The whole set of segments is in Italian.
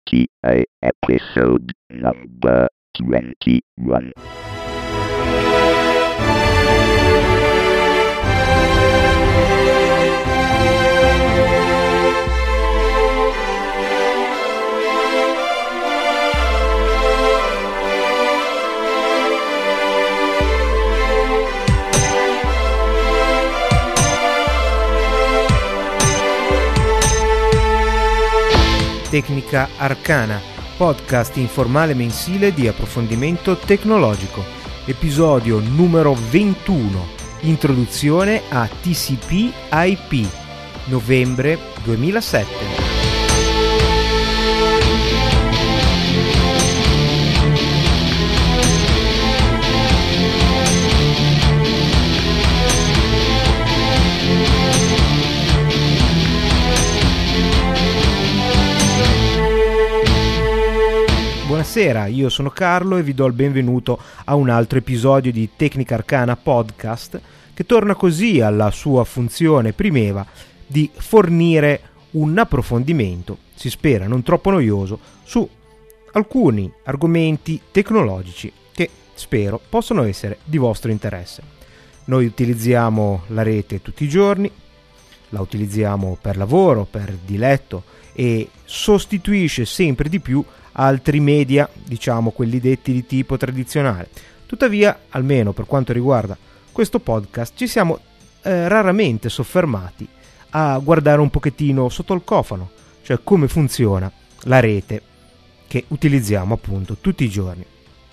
TTA episode number 21. Tecnica Arcana, podcast informale mensile di approfondimento tecnologico, episodio numero 21, introduzione a TCP/IP, novembre 2007. Buonasera, io sono Carlo e vi do il benvenuto a un altro episodio di Tecnica Arcana Podcast, che torna così alla sua funzione primeva di fornire un approfondimento, si spera non troppo noioso, su alcuni argomenti tecnologici che spero possano essere di vostro interesse. Noi utilizziamo la rete tutti i giorni, la utilizziamo per lavoro, per diletto e sostituisce sempre di più altri media, diciamo quelli detti di tipo tradizionale. Tuttavia, almeno per quanto riguarda questo podcast, ci siamo raramente soffermati a guardare un pochettino sotto il cofano, cioè come funziona la rete che utilizziamo appunto tutti i giorni.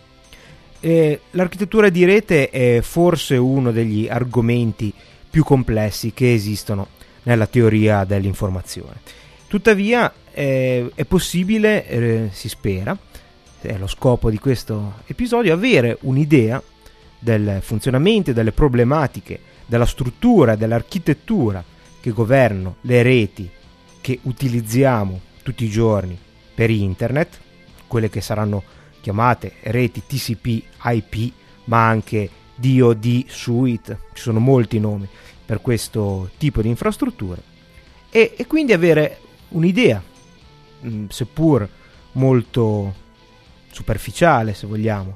L'architettura di rete è forse uno degli argomenti più complessi che esistono nella teoria dell'informazione. Tuttavia è possibile, si spera, è lo scopo di questo episodio, avere un'idea del funzionamento, delle problematiche, della struttura, dell'architettura che governano le reti che utilizziamo tutti i giorni per internet, quelle che saranno chiamate reti TCP/IP, ma anche DoD Suite, ci sono molti nomi per questo tipo di infrastrutture, e quindi avere un'idea, seppur molto superficiale se vogliamo,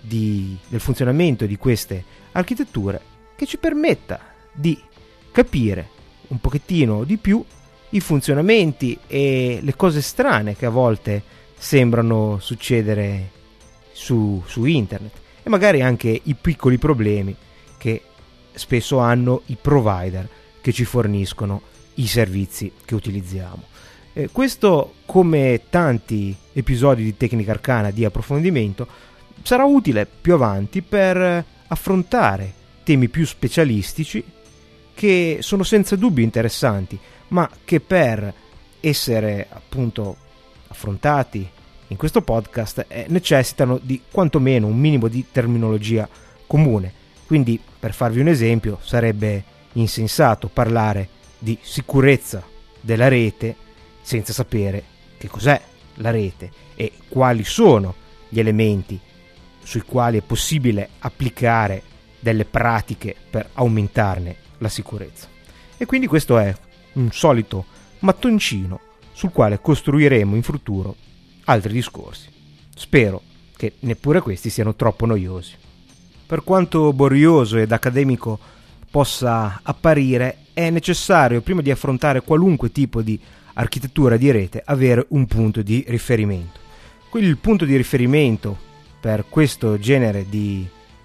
del funzionamento di queste architetture, che ci permetta di capire un pochettino di più i funzionamenti e le cose strane che a volte sembrano succedere su internet, e magari anche i piccoli problemi che spesso hanno i provider che ci forniscono i servizi che utilizziamo. Questo, come tanti episodi di Tecnica Arcana di approfondimento, sarà utile più avanti per affrontare temi più specialistici che sono senza dubbio interessanti, ma che per essere appunto affrontati in questo podcast necessitano di quantomeno un minimo di terminologia comune. Quindi, per farvi un esempio, sarebbe insensato parlare di sicurezza della rete senza sapere che cos'è la rete e quali sono gli elementi sui quali è possibile applicare delle pratiche per aumentarne la sicurezza. E quindi questo è un solito mattoncino sul quale costruiremo in futuro altri discorsi. Spero che neppure questi siano troppo noiosi. Per quanto borioso ed accademico possa apparire, è necessario, prima di affrontare qualunque tipo di architettura di rete, avere un punto di riferimento. Quindi il punto di riferimento per questo genere di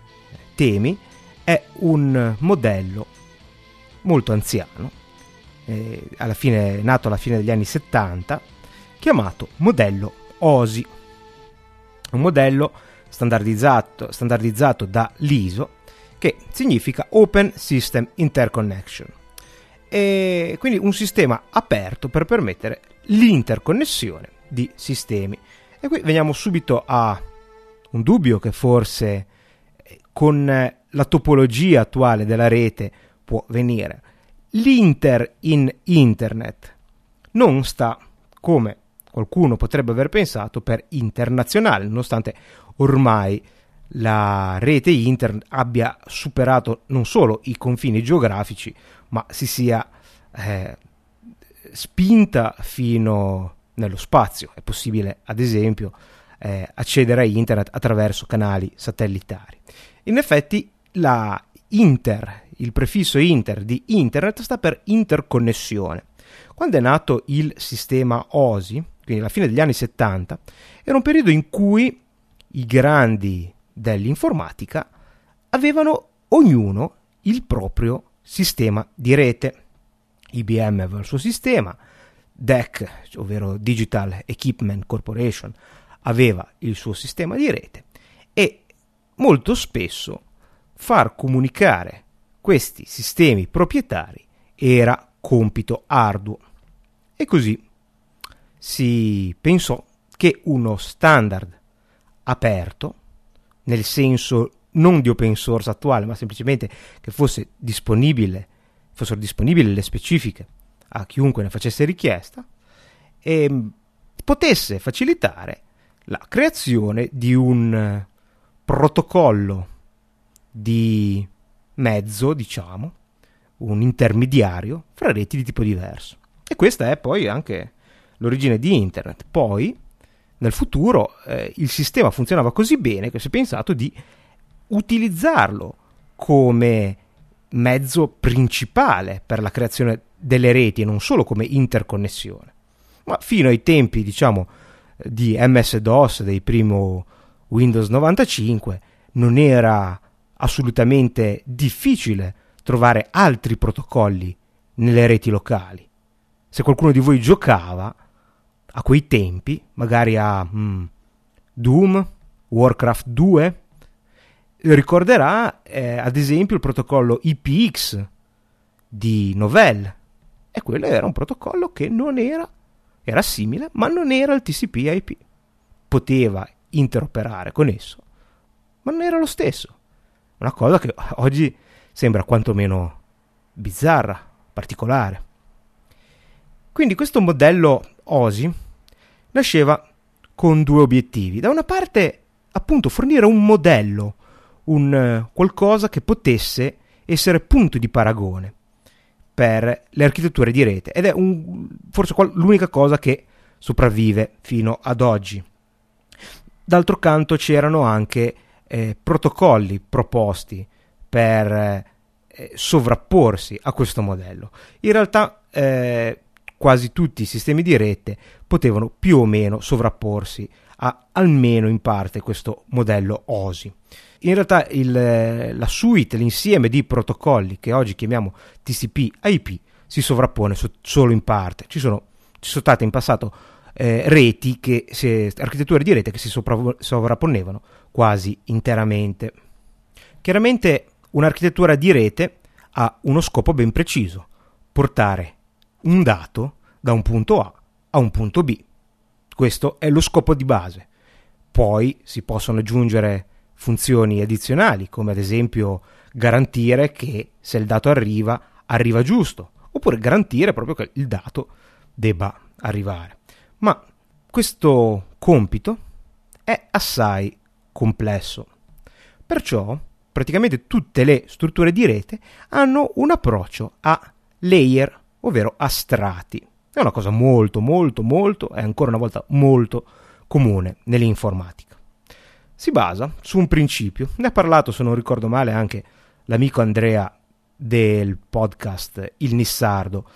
temi è un modello molto anziano, nato alla fine degli anni 70, chiamato modello OSI, un modello standardizzato dall'ISO, che significa Open System Interconnection, e quindi un sistema aperto per permettere l'interconnessione di sistemi. E qui veniamo subito a un dubbio che forse con la topologia attuale della rete può venire. L'inter in internet non sta, come qualcuno potrebbe aver pensato, per internazionale, nonostante ormai la rete internet abbia superato non solo i confini geografici, ma si sia spinta fino nello spazio. È possibile, ad esempio, accedere a internet attraverso canali satellitari. In effetti il prefisso inter di internet sta per interconnessione. Quando è nato il sistema OSI, quindi alla fine degli anni 70, era un periodo in cui i grandi dell'informatica avevano ognuno il proprio sistema di rete. IBM aveva il suo sistema, DEC, ovvero Digital Equipment Corporation, aveva il suo sistema di rete, e molto spesso far comunicare questi sistemi proprietari era compito arduo. E così si pensò che uno standard aperto, nel senso non di open source attuale, ma semplicemente che fossero disponibili le specifiche a chiunque ne facesse richiesta, e potesse facilitare la creazione di un protocollo di mezzo, diciamo, un intermediario fra reti di tipo diverso. E questa è poi anche l'origine di Internet. Poi, nel futuro, il sistema funzionava così bene che si è pensato di utilizzarlo come mezzo principale per la creazione delle reti e non solo come interconnessione. Ma fino ai tempi, diciamo, di MS-DOS, dei primo Windows 95, non era assolutamente difficile trovare altri protocolli nelle reti locali. Se qualcuno di voi giocava a quei tempi, magari a Doom, Warcraft 2, ricorderà ad esempio il protocollo IPX di Novell, e quello era un protocollo che non era simile, ma non era il TCP/IP. Poteva interoperare con esso, ma non era lo stesso. Una cosa che oggi sembra quantomeno bizzarra, particolare. Quindi questo modello OSI nasceva con due obiettivi. Da una parte, appunto, fornire un modello, un qualcosa che potesse essere punto di paragone per le architetture di rete, ed è forse l'unica cosa che sopravvive fino ad oggi. D'altro canto c'erano anche protocolli proposti per sovrapporsi a questo modello. In realtà quasi tutti i sistemi di rete potevano più o meno sovrapporsi a almeno in parte questo modello OSI. In realtà la suite, l'insieme di protocolli che oggi chiamiamo TCP/IP si sovrappone solo in parte. Ci sono state in passato architetture di rete che si sovrapponevano quasi interamente. Chiaramente un'architettura di rete ha uno scopo ben preciso: portare un dato da un punto A a un punto B. Questo è lo scopo di base. Poi si possono aggiungere funzioni addizionali, come ad esempio garantire che se il dato arriva giusto, oppure garantire proprio che il dato debba arrivare. Ma questo compito è assai complesso. Perciò praticamente tutte le strutture di rete hanno un approccio a layer, ovvero a strati. È una cosa molto, molto, molto, e ancora una volta molto comune nell'informatica. Si basa su un principio, ne ha parlato, se non ricordo male, anche l'amico Andrea del podcast Il Nissardo,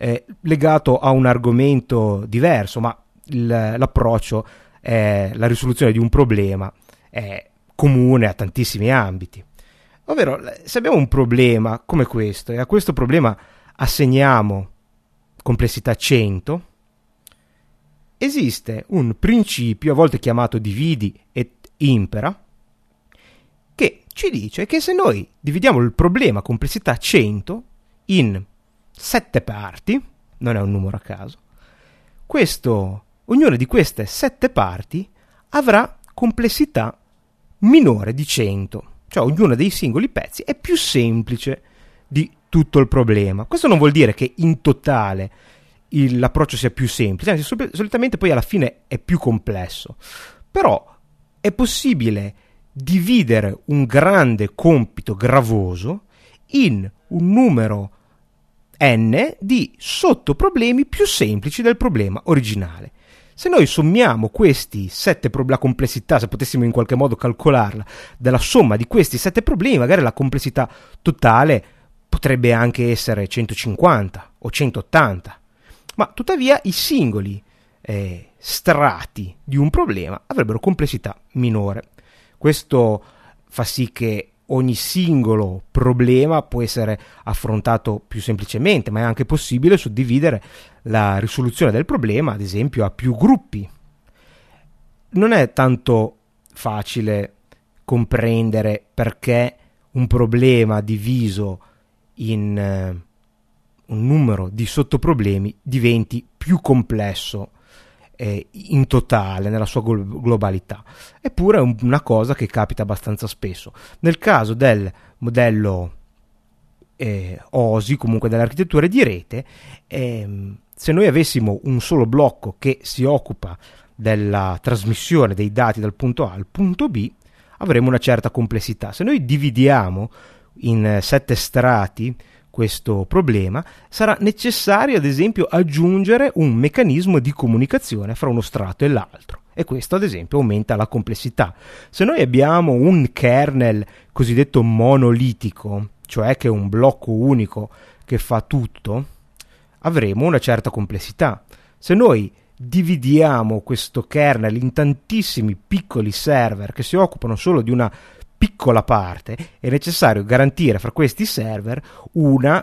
legato a un argomento diverso, ma l'approccio è la risoluzione di un problema, è comune a tantissimi ambiti. Ovvero, se abbiamo un problema come questo e a questo problema assegniamo complessità 100, esiste un principio, a volte chiamato dividi et impera, che ci dice che se noi dividiamo il problema complessità 100 in 7 parti, non è un numero a caso, ognuna di queste 7 parti avrà complessità minore di 100, cioè ognuna dei singoli pezzi è più semplice di tutto il problema. Questo non vuol dire che in totale l'approccio sia più semplice, anzi, solitamente poi alla fine è più complesso, però è possibile dividere un grande compito gravoso in un numero n di sottoproblemi più semplici del problema originale. Se noi sommiamo questi 7 problemi, la complessità, se potessimo in qualche modo calcolarla, della somma di questi 7 problemi, magari la complessità totale potrebbe anche essere 150 o 180, ma tuttavia i singoli strati di un problema avrebbero complessità minore. Questo fa sì che ogni singolo problema può essere affrontato più semplicemente, ma è anche possibile suddividere la risoluzione del problema, ad esempio, a più gruppi. Non è tanto facile comprendere perché un problema diviso in un numero di sottoproblemi diventi più complesso in totale, nella sua globalità. Eppure è una cosa che capita abbastanza spesso. Nel caso del modello OSI, comunque delle architetture di rete, se noi avessimo un solo blocco che si occupa della trasmissione dei dati dal punto A al punto B, avremo una certa complessità. Se noi dividiamo in 7 strati questo problema, sarà necessario ad esempio aggiungere un meccanismo di comunicazione fra uno strato e l'altro, e questo ad esempio aumenta la complessità. Se noi abbiamo un kernel cosiddetto monolitico, cioè che è un blocco unico che fa tutto, avremo una certa complessità. Se noi dividiamo questo kernel in tantissimi piccoli server che si occupano solo di una piccola parte, è necessario garantire fra questi server uno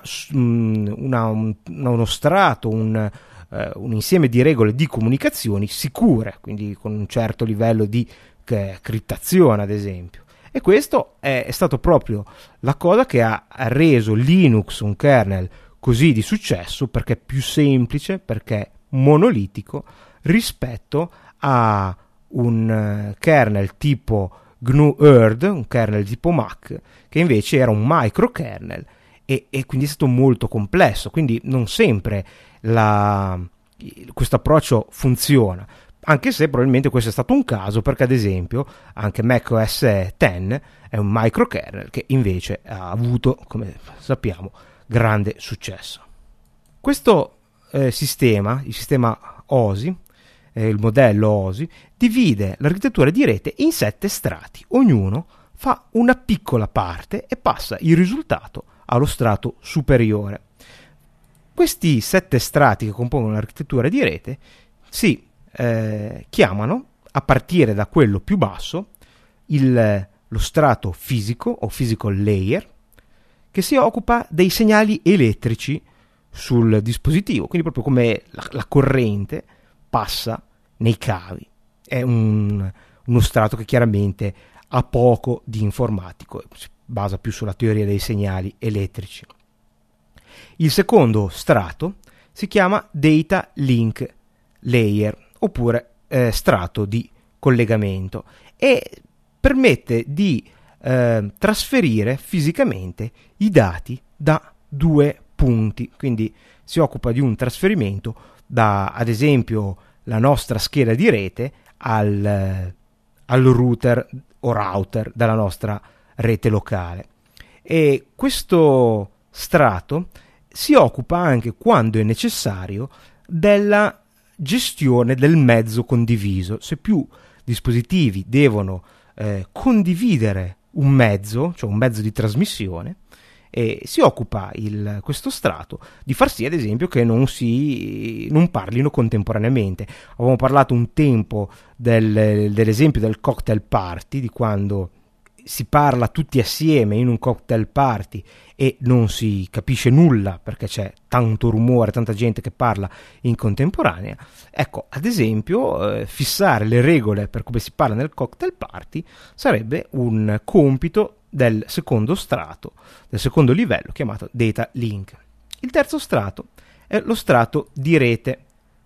strato, un insieme di regole di comunicazioni sicure, quindi con un certo livello di criptazione ad esempio. E questo è stato proprio la cosa che ha reso Linux un kernel così di successo, perché è più semplice, perché è monolitico rispetto a un kernel tipo GNU-Earth, un kernel tipo Mac, che invece era un microkernel e quindi è stato molto complesso, quindi non sempre questo approccio funziona, anche se probabilmente questo è stato un caso, perché ad esempio anche macOS X è un microkernel che invece ha avuto, come sappiamo, grande successo. Questo sistema, il sistema OSI, il modello OSI, divide l'architettura di rete in 7 strati. Ognuno fa una piccola parte e passa il risultato allo strato superiore. Questi 7 strati che compongono l'architettura di rete si chiamano, a partire da quello più basso, lo strato fisico o physical layer, che si occupa dei segnali elettrici sul dispositivo, quindi proprio come la corrente passa nei cavi. È uno strato che chiaramente ha poco di informatico, si basa più sulla teoria dei segnali elettrici. Il secondo strato si chiama Data Link Layer, oppure strato di collegamento, e permette di trasferire fisicamente i dati da 2 punti, quindi si occupa di un trasferimento da, ad esempio, la nostra scheda di rete al router o router della nostra rete locale. E questo strato si occupa anche, quando è necessario, della gestione del mezzo condiviso. Se più dispositivi devono condividere un mezzo, cioè un mezzo di trasmissione, e si occupa questo strato di far sì, ad esempio, che non parlino contemporaneamente. Avevamo parlato un tempo dell'esempio del cocktail party, di quando si parla tutti assieme in un cocktail party e non si capisce nulla perché c'è tanto rumore, tanta gente che parla in contemporanea. Ecco, ad esempio, fissare le regole per come si parla nel cocktail party sarebbe un compito del secondo strato, del secondo livello, chiamato Data Link. Il terzo strato è lo strato di rete.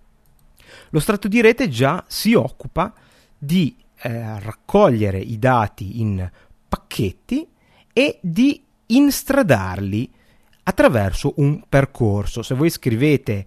Lo strato di rete già si occupa di raccogliere i dati in pacchetti e di instradarli attraverso un percorso. Se voi scrivete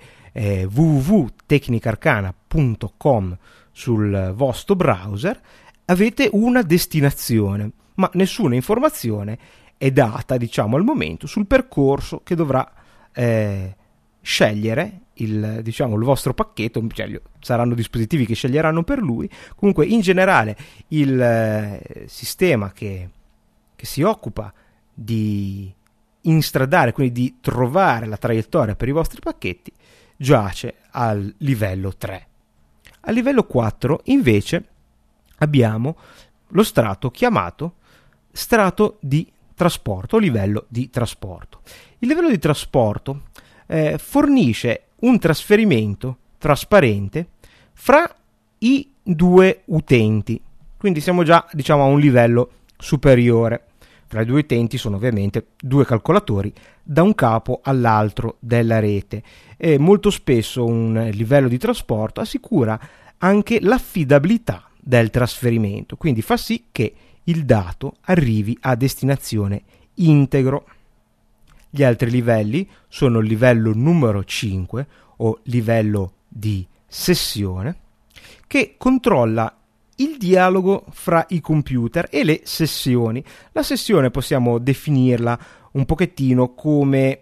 www.tecnicarcana.com sul vostro browser, avete una destinazione, ma nessuna informazione è data, diciamo, al momento sul percorso che dovrà scegliere il vostro pacchetto, cioè saranno dispositivi che sceglieranno per lui. Comunque in generale il sistema che si occupa di instradare, quindi di trovare la traiettoria per i vostri pacchetti, giace al livello 3. Al livello 4 invece abbiamo lo strato chiamato strato di trasporto o livello di trasporto. Il livello di trasporto fornisce un trasferimento trasparente fra i due utenti, quindi siamo già a un livello superiore. Fra i due utenti sono ovviamente due calcolatori da un capo all'altro della rete, e molto spesso un livello di trasporto assicura anche l'affidabilità del trasferimento, quindi fa sì che il dato arrivi a destinazione integro. Gli altri livelli sono il livello numero 5 o livello di sessione, che controlla il dialogo fra i computer e le sessioni. La sessione possiamo definirla un pochettino come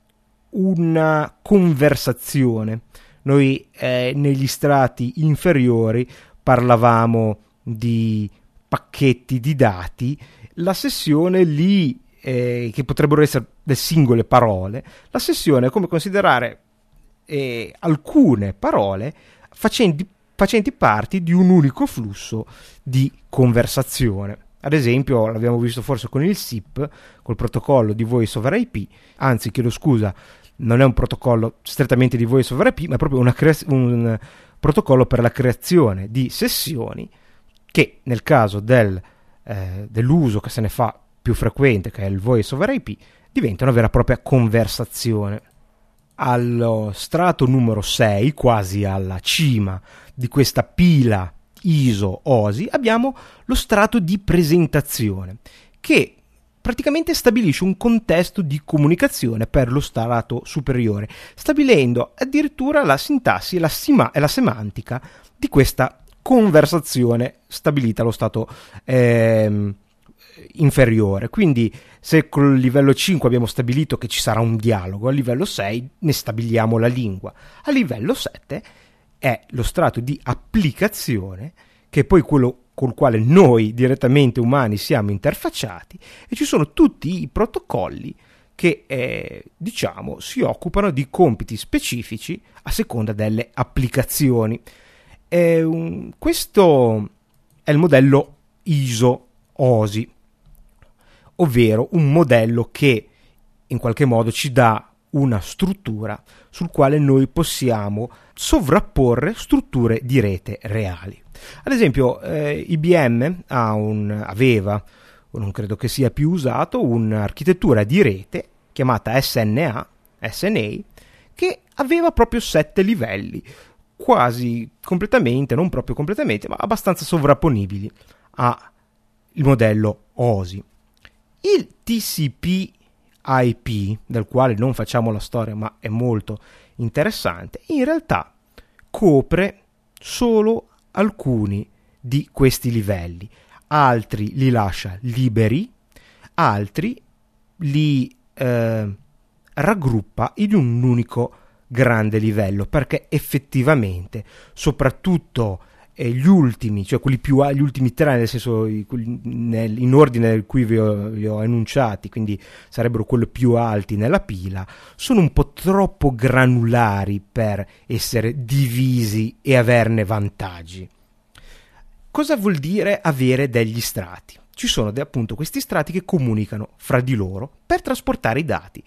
una conversazione. Noi negli strati inferiori parlavamo di pacchetti di dati, la sessione lì che potrebbero essere le singole parole, la sessione è come considerare alcune parole facenti parte di un unico flusso di conversazione. Ad esempio, l'abbiamo visto forse con il SIP, col protocollo di Voice over IP, anzi chiedo scusa, non è un protocollo strettamente di Voice over IP, ma è proprio un protocollo per la creazione di sessioni che nel caso dell'uso che se ne fa più frequente, che è il Voice over IP, diventa una vera e propria conversazione. Allo strato numero 6, quasi alla cima di questa pila ISO-OSI, abbiamo lo strato di presentazione, che praticamente stabilisce un contesto di comunicazione per lo strato superiore, stabilendo addirittura la sintassi e la semantica di questa conversazione stabilita allo stato inferiore. Quindi se col livello 5 abbiamo stabilito che ci sarà un dialogo, al livello 6 ne stabiliamo la lingua, a livello 7 è lo strato di applicazione, che è poi quello col quale noi direttamente umani siamo interfacciati, e ci sono tutti i protocolli che si occupano di compiti specifici a seconda delle applicazioni. Questo è il modello ISO-OSI, ovvero un modello che in qualche modo ci dà una struttura sul quale noi possiamo sovrapporre strutture di rete reali. Ad esempio IBM aveva, non credo che sia più usato, un'architettura di rete chiamata SNA, che aveva proprio 7 livelli, quasi completamente, non proprio completamente, ma abbastanza sovrapponibili al modello OSI. Il TCP/IP, del quale non facciamo la storia, ma è molto interessante, in realtà copre solo alcuni di questi livelli, altri li lascia liberi, altri li raggruppa in un unico grande livello, perché effettivamente soprattutto gli ultimi, cioè gli ultimi 3, nel senso in ordine in cui vi ho enunciati, quindi sarebbero quelli più alti nella pila, sono un po' troppo granulari per essere divisi e averne vantaggi. Cosa vuol dire avere degli strati? Ci sono appunto questi strati che comunicano fra di loro per trasportare i dati.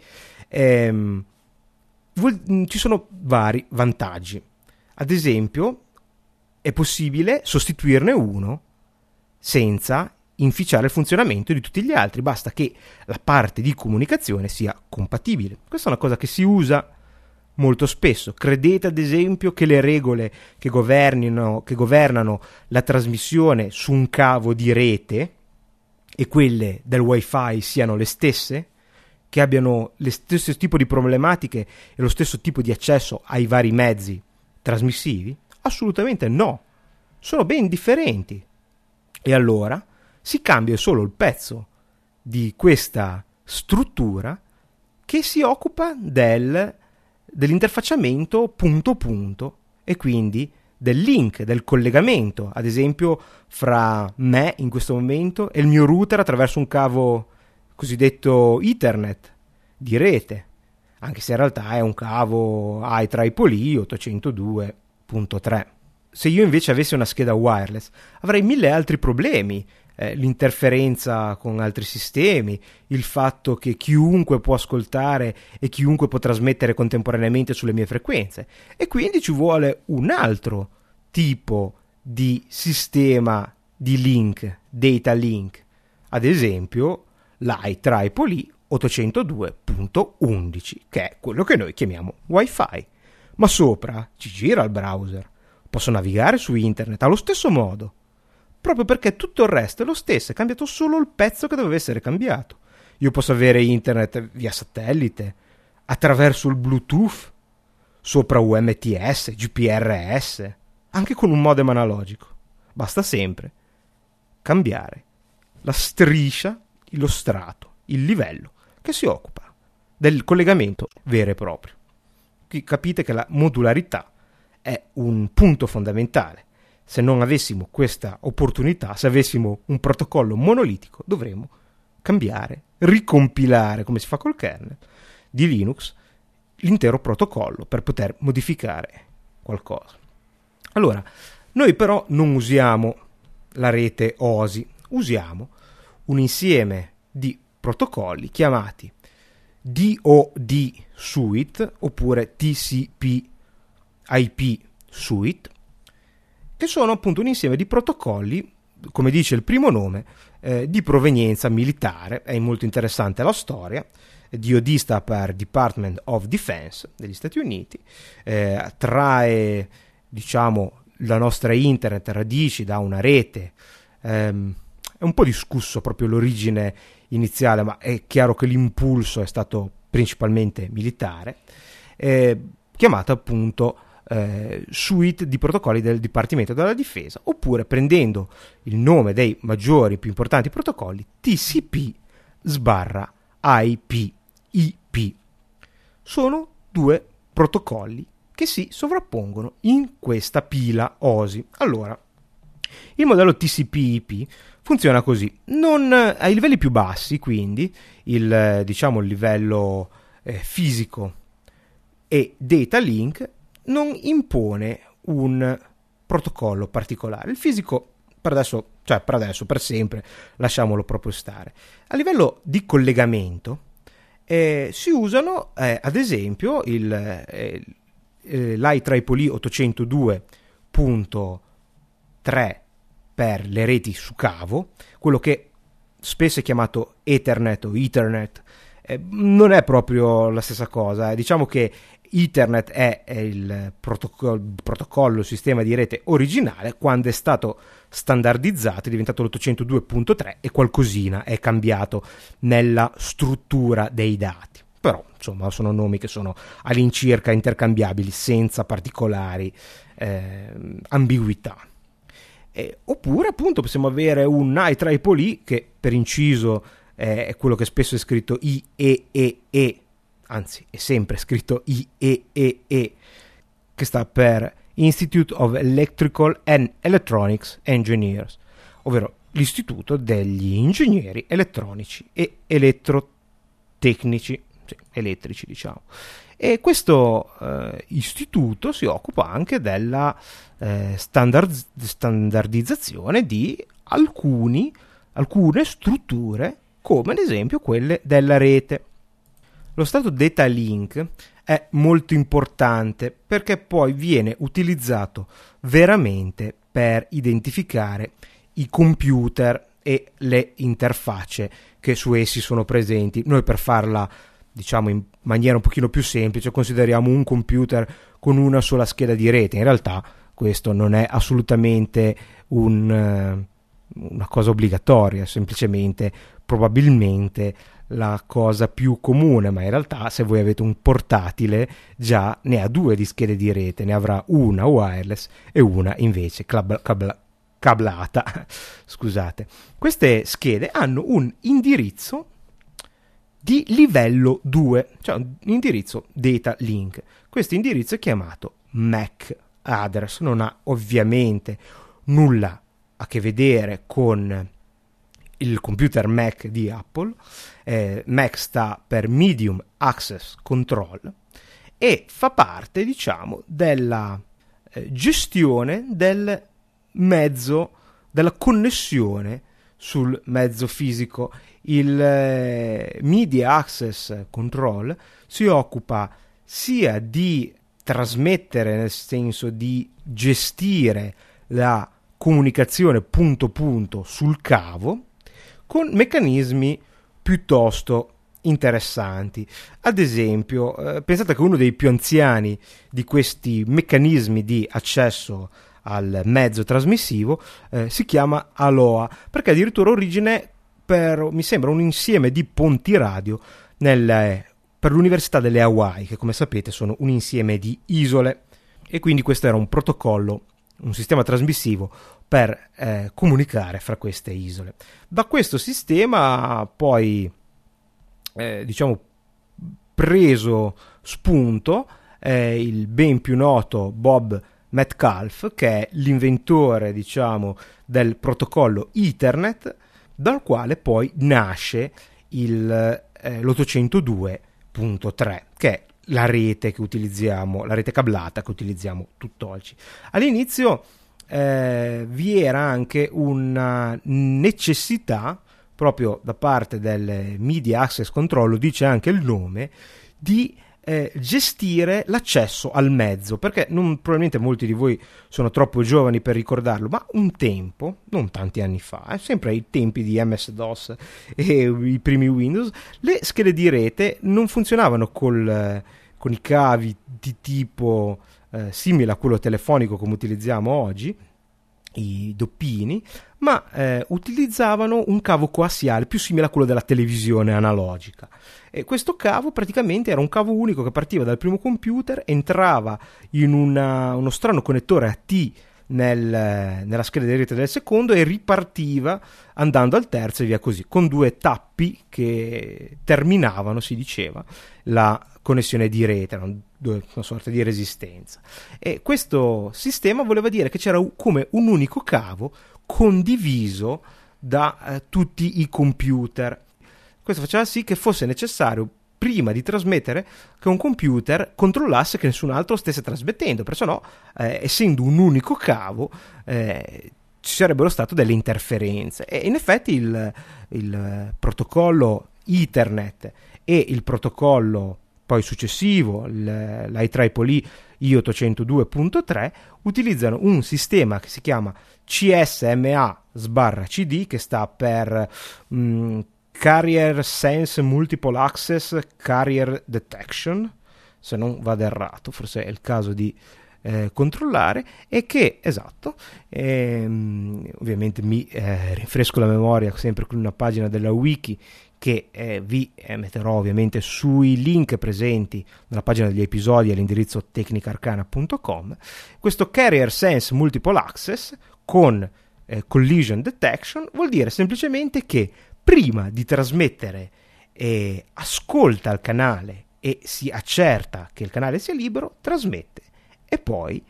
Ci sono vari vantaggi. Ad esempio, è possibile sostituirne uno senza inficiare il funzionamento di tutti gli altri, basta che la parte di comunicazione sia compatibile. Questa è una cosa che si usa molto spesso. Credete ad esempio che le regole che governano la trasmissione su un cavo di rete e quelle del wifi siano le stesse? Che abbiano lo stesso tipo di problematiche e lo stesso tipo di accesso ai vari mezzi trasmissivi? Assolutamente no, sono ben differenti. E allora si cambia solo il pezzo di questa struttura che si occupa dell'interfacciamento punto punto e quindi del link, del collegamento, ad esempio fra me in questo momento e il mio router attraverso un cavo cosiddetto Ethernet di rete, anche se in realtà è un cavo IEEE 802.3. Se io invece avessi una scheda wireless avrei mille altri problemi, l'interferenza con altri sistemi, il fatto che chiunque può ascoltare e chiunque può trasmettere contemporaneamente sulle mie frequenze, e quindi ci vuole un altro tipo di sistema di link, data link, ad esempio l'IEEE 802.11, che è quello che noi chiamiamo Wi-Fi, ma sopra ci gira il browser, posso navigare su internet allo stesso modo, proprio perché tutto il resto è lo stesso, è cambiato solo il pezzo che doveva essere cambiato. Io posso avere internet via satellite, attraverso il Bluetooth, sopra UMTS, GPRS, anche con un modem analogico. Basta sempre cambiare la striscia, lo strato, il livello che si occupa del collegamento vero e proprio. Qui capite che la modularità è un punto fondamentale. Se non avessimo questa opportunità, se avessimo un protocollo monolitico, dovremmo cambiare, ricompilare, come si fa col kernel di Linux, l'intero protocollo per poter modificare qualcosa. Allora, noi però non usiamo la rete OSI, usiamo un insieme di protocolli chiamati DoD Suite oppure TCP/IP Suite, che sono appunto un insieme di protocolli, come dice il primo nome, di provenienza militare. È molto interessante la storia. DoD sta per Department of Defense degli Stati Uniti, trae, diciamo, la nostra internet radici da una rete, è un po' discusso proprio l'origine iniziale, ma è chiaro che l'impulso è stato principalmente militare, chiamata appunto suite di protocolli del Dipartimento della Difesa, oppure prendendo il nome dei maggiori, più importanti protocolli, TCP/IP. Sono due protocolli che si sovrappongono in questa pila OSI. Allora, il modello TCP/IP funziona così: non ai livelli più bassi, quindi il livello fisico e data link, non impone un protocollo particolare. Il fisico per adesso, per sempre, lasciamolo proprio stare. A livello di collegamento si usano ad esempio l'IEEE 802.3 per le reti su cavo, quello che spesso è chiamato Ethernet o Ethernet. Non è proprio la stessa cosa. Diciamo che Ethernet è il protocollo, il sistema di rete originale. Quando è stato standardizzato è diventato l'802.3 e qualcosina è cambiato nella struttura dei dati, però insomma sono nomi che sono all'incirca intercambiabili senza particolari ambiguità. Oppure appunto possiamo avere un IEEE che per inciso è quello che spesso è scritto IEEE, anzi è sempre scritto IEEE, che sta per Institute of Electrical and Electronics Engineers, ovvero l'istituto degli ingegneri elettronici e elettrotecnici, elettrici diciamo. E questo istituto si occupa anche della standardizzazione di alcune strutture, come ad esempio quelle della rete. Lo stato data link è molto importante perché poi viene utilizzato veramente per identificare i computer e le interfacce che su essi sono presenti. Noi, per farla diciamo in maniera un pochino più semplice, consideriamo un computer con una sola scheda di rete. In realtà questo non è assolutamente una cosa obbligatoria, semplicemente probabilmente la cosa più comune, ma in realtà se voi avete un portatile già ne ha due di schede di rete, ne avrà una wireless e una invece cablata. Scusate. Queste schede hanno un indirizzo di livello 2, cioè un indirizzo data link. Questo indirizzo è chiamato MAC address, non ha ovviamente nulla a che vedere con il computer Mac di Apple. Mac sta per Medium Access Control e fa parte, diciamo, della gestione del mezzo, della connessione sul mezzo fisico. Il Media Access Control si occupa sia di trasmettere, nel senso di gestire la comunicazione punto punto sul cavo, con meccanismi piuttosto interessanti. Ad esempio, pensate che uno dei più anziani di questi meccanismi di accesso al mezzo trasmissivo si chiama Aloha, perché addirittura origine mi sembra un insieme di ponti radio per l'Università delle Hawaii, che come sapete sono un insieme di isole, e quindi questo era un protocollo, un sistema trasmissivo per comunicare fra queste isole. Da questo sistema poi diciamo preso spunto il ben più noto Bob Metcalfe, che è l'inventore, diciamo, del protocollo Ethernet, dal quale poi nasce l'802.3, che è la rete che utilizziamo, la rete cablata che utilizziamo tutt'oggi. All'inizio vi era anche una necessità, proprio da parte del Media Access Control, lo dice anche il nome, di gestire l'accesso al mezzo, perché probabilmente molti di voi sono troppo giovani per ricordarlo, ma un tempo, non tanti anni fa, sempre ai tempi di MS-DOS e i primi Windows, le schede di rete non funzionavano con i cavi di tipo simile a quello telefonico come utilizziamo oggi, i doppini, ma utilizzavano un cavo coassiale più simile a quello della televisione analogica. E questo cavo praticamente era un cavo unico che partiva dal primo computer, entrava in uno strano connettore a T nella scheda di rete del secondo e ripartiva andando al terzo e via così, con due tappi che terminavano, si diceva, la connessione di rete, una sorta di resistenza. E questo sistema voleva dire che c'era come un unico cavo condiviso da tutti i computer. Questo faceva sì che fosse necessario, prima di trasmettere, che un computer controllasse che nessun altro stesse trasmettendo, perché sennò, essendo un unico cavo, ci sarebbero state delle interferenze. E in effetti il protocollo Ethernet e il protocollo poi successivo, l'IEEE I802.3, utilizzano un sistema che si chiama CSMA/CD, che sta per Carrier Sense Multiple Access Carrier Detection, se non vado errato, forse è il caso di controllare, e che, esatto, ovviamente mi rinfresco la memoria sempre con una pagina della wiki che vi metterò ovviamente sui link presenti nella pagina degli episodi all'indirizzo tecnicarcana.com. Questo Carrier Sense Multiple Access con Collision Detection vuol dire semplicemente che prima di trasmettere ascolta il canale e si accerta che il canale sia libero, trasmette, e poi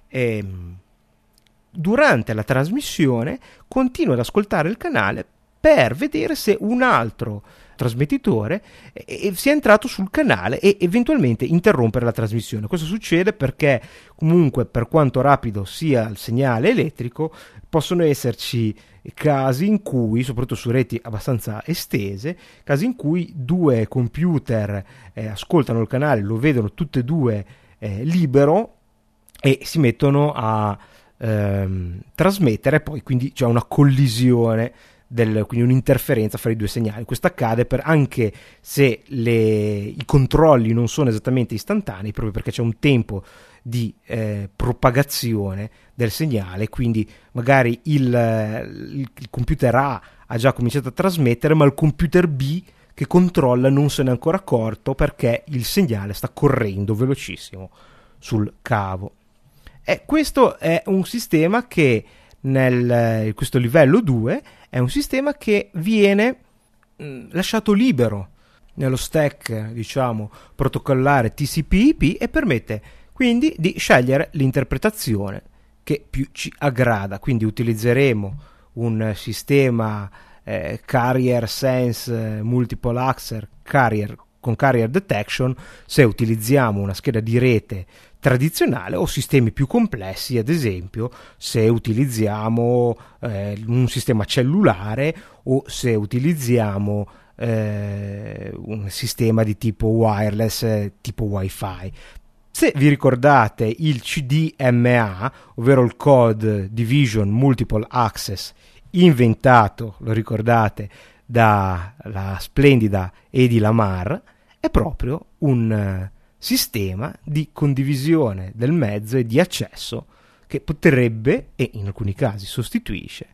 durante la trasmissione continua ad ascoltare il canale per vedere se un altro trasmettitore sia entrato sul canale e eventualmente interrompere la trasmissione. Questo succede perché comunque, per quanto rapido sia il segnale elettrico, possono esserci casi in cui, soprattutto su reti abbastanza estese, casi in cui due computer ascoltano il canale, lo vedono tutte e due libero e si mettono a trasmettere, poi quindi c'è una collisione, quindi un'interferenza fra i due segnali. Questo accade anche se i controlli non sono esattamente istantanei, proprio perché c'è un tempo di propagazione del segnale, quindi magari il computer A ha già cominciato a trasmettere, ma il computer B che controlla non se n'è ancora accorto perché il segnale sta correndo velocissimo sul cavo. E questo è un sistema che questo livello 2 è un sistema che viene lasciato libero nello stack, diciamo, protocollare TCP/IP e permette quindi di scegliere l'interpretazione che più ci aggrada. Quindi utilizzeremo un sistema carrier sense multiple access carrier con carrier detection se utilizziamo una scheda di rete tradizionale, o sistemi più complessi, ad esempio se utilizziamo un sistema cellulare o se utilizziamo un sistema di tipo wireless, tipo wifi. Se vi ricordate il CDMA, ovvero il Code Division Multiple Access, inventato, lo ricordate, dalla splendida Hedy Lamarr, è proprio un sistema di condivisione del mezzo e di accesso che potrebbe, e in alcuni casi sostituisce,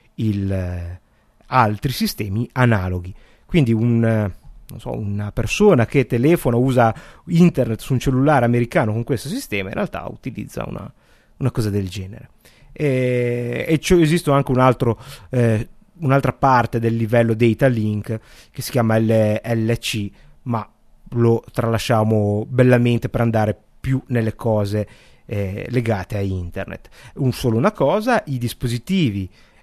altri sistemi analoghi. Quindi una persona che telefona, usa internet su un cellulare americano con questo sistema, in realtà utilizza una cosa del genere. Esiste anche un'altra parte del livello data link che si chiama LLC, ma lo tralasciamo bellamente per andare più nelle cose legate a internet. Solo una cosa: i dispositivi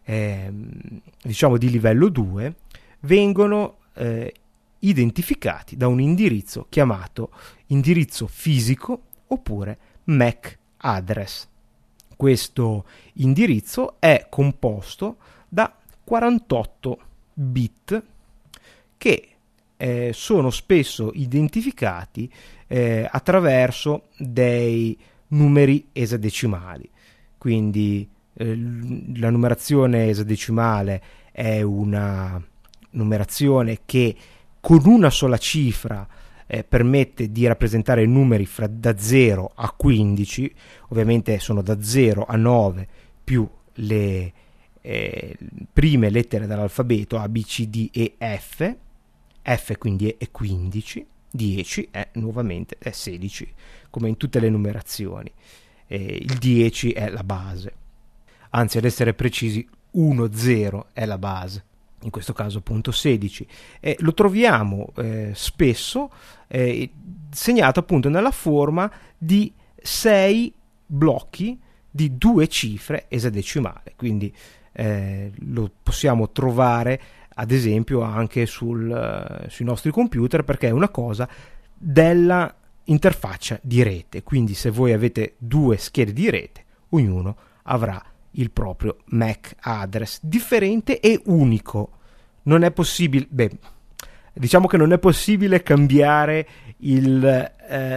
diciamo di livello 2 vengono identificati da un indirizzo chiamato indirizzo fisico oppure MAC address. Questo indirizzo è composto da 48 bit che sono spesso identificati attraverso dei numeri esadecimali. Quindi la numerazione esadecimale è una numerazione che con una sola cifra permette di rappresentare numeri da 0 a 15, ovviamente sono da 0 a 9 più le prime lettere dell'alfabeto A, B, C, D, E, F quindi è 15, 10 è nuovamente 16, come in tutte le numerazioni. Il 10 è la base, anzi, ad essere precisi 1, 0 è la base, in questo caso appunto 16, e lo troviamo spesso segnato appunto nella forma di 6 blocchi di 2 cifre esadecimali. Quindi lo possiamo trovare ad esempio anche sui nostri computer, perché è una cosa della interfaccia di rete. Quindi se voi avete 2 schede di rete, ognuno avrà il proprio MAC address differente e unico. Non è possibile, diciamo che non è possibile cambiare il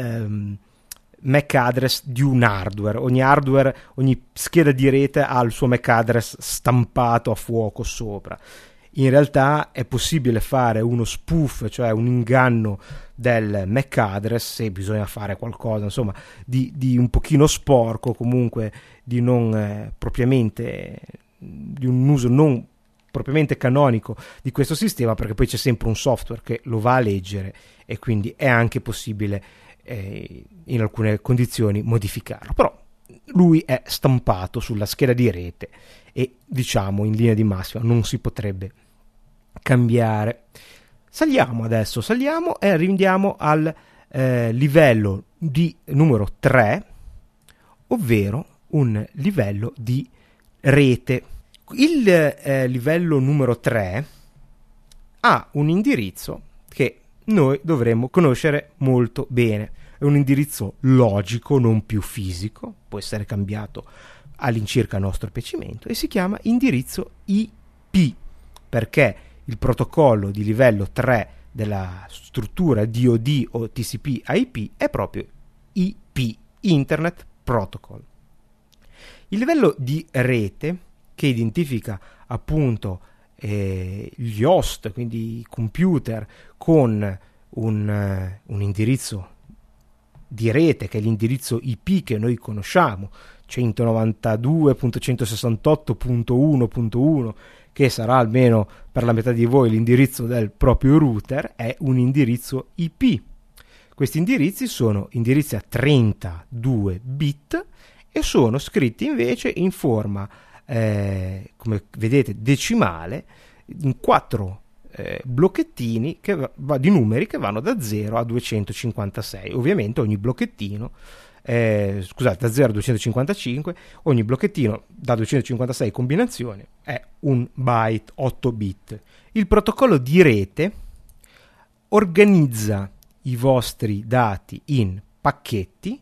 MAC address di un hardware. Ogni scheda di rete ha il suo MAC address stampato a fuoco sopra. In realtà è possibile fare uno spoof, cioè un inganno del MAC address, se bisogna fare qualcosa insomma di un pochino sporco, comunque di non propriamente, di un uso non propriamente canonico di questo sistema, perché poi c'è sempre un software che lo va a leggere e quindi è anche possibile in alcune condizioni modificarlo. Però lui è stampato sulla scheda di rete e diciamo in linea di massima non si potrebbe cambiare. Saliamo e arriviamo al livello di numero 3, ovvero un livello di rete. Il livello numero 3 ha un indirizzo che noi dovremmo conoscere molto bene. È un indirizzo logico, non più fisico, può essere cambiato all'incirca a nostro piacimento, e si chiama indirizzo IP, perché il protocollo di livello 3 della struttura DoD o TCP/IP è proprio IP, Internet Protocol. Il livello di rete, che identifica appunto gli host, quindi i computer, con un indirizzo di rete che è l'indirizzo IP che noi conosciamo, 192.168.1.1, che sarà almeno per la metà di voi l'indirizzo del proprio router, è un indirizzo IP. Questi indirizzi sono indirizzi a 32 bit e sono scritti invece in forma come vedete decimale, in 4 blocchettini di numeri che vanno da 0 a 256. Ovviamente ogni blocchettino, da 0 a 255, ogni blocchettino da 256 combinazioni è un byte, 8 bit. Il protocollo di rete organizza i vostri dati in pacchetti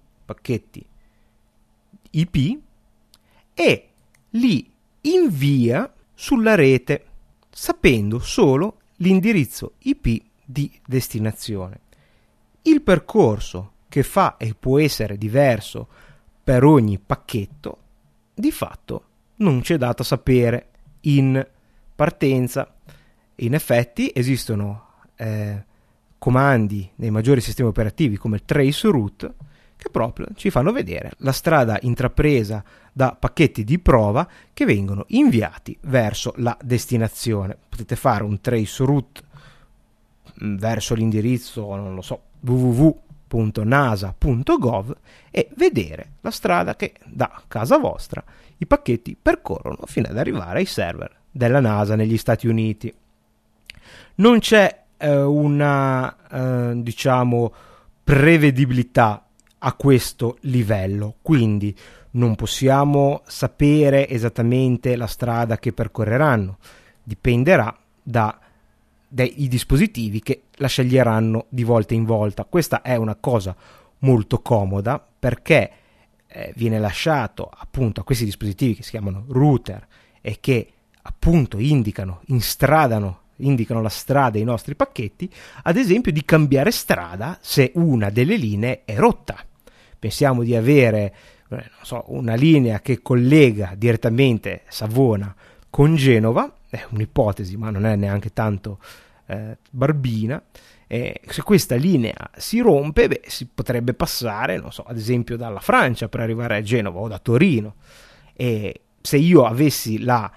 IP e li invia sulla rete, sapendo solo l'indirizzo IP di destinazione. Il percorso che fa e può essere diverso per ogni pacchetto, di fatto non c'è dato a sapere in partenza. In effetti esistono comandi nei maggiori sistemi operativi come il traceroute che proprio ci fanno vedere la strada intrapresa da pacchetti di prova che vengono inviati verso la destinazione. Potete fare un traceroute verso l'indirizzo, non lo so, www.nasa.gov e vedere la strada che da casa vostra i pacchetti percorrono fino ad arrivare ai server della NASA negli Stati Uniti. Non c'è una prevedibilità a questo livello, quindi non possiamo sapere esattamente la strada che percorreranno, dipenderà dai dispositivi che la sceglieranno di volta in volta. Questa è una cosa molto comoda perché viene lasciato appunto a questi dispositivi che si chiamano router e che appunto indicano la strada ai nostri pacchetti, ad esempio di cambiare strada se una delle linee è rotta. Pensiamo di avere una linea che collega direttamente Savona con Genova, è un'ipotesi ma non è neanche tanto barbina. Se questa linea si rompe, si potrebbe passare, ad esempio dalla Francia per arrivare a Genova o da Torino, e se io avessi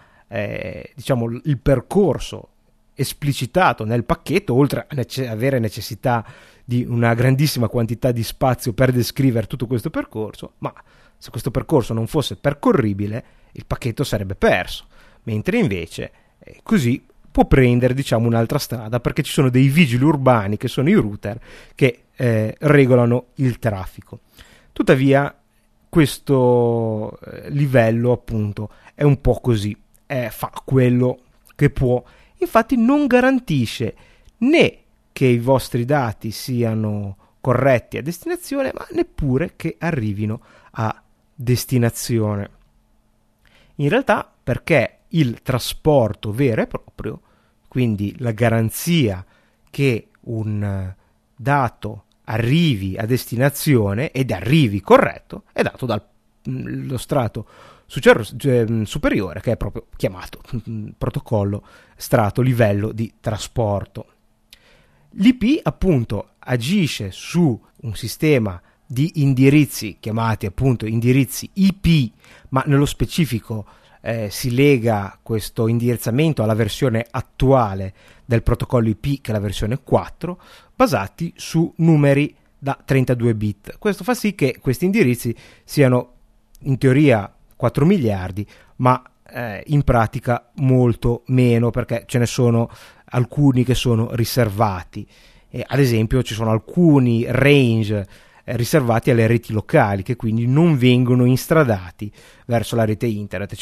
il percorso esplicitato nel pacchetto, oltre a avere necessità di una grandissima quantità di spazio per descrivere tutto questo percorso, ma se questo percorso non fosse percorribile il pacchetto sarebbe perso, mentre invece così può prendere un'altra strada, perché ci sono dei vigili urbani che sono i router che regolano il traffico. Tuttavia questo livello appunto è un po' così, fa quello che può. Infatti non garantisce né che i vostri dati siano corretti a destinazione, ma neppure che arrivino a destinazione. In realtà, perché il trasporto vero e proprio, quindi la garanzia che un dato arrivi a destinazione ed arrivi corretto, è dato dallo strato superiore, che è proprio chiamato protocollo strato livello di trasporto. L'IP appunto agisce su un sistema di indirizzi chiamati appunto indirizzi IP, ma nello specifico si lega questo indirizzamento alla versione attuale del protocollo IP, che è la versione 4, basati su numeri da 32 bit. Questo fa sì che questi indirizzi siano in teoria 4 miliardi, ma in pratica molto meno, perché ce ne sono alcuni che sono riservati. Ad esempio ci sono alcuni range riservati alle reti locali, che quindi non vengono instradati verso la rete internet.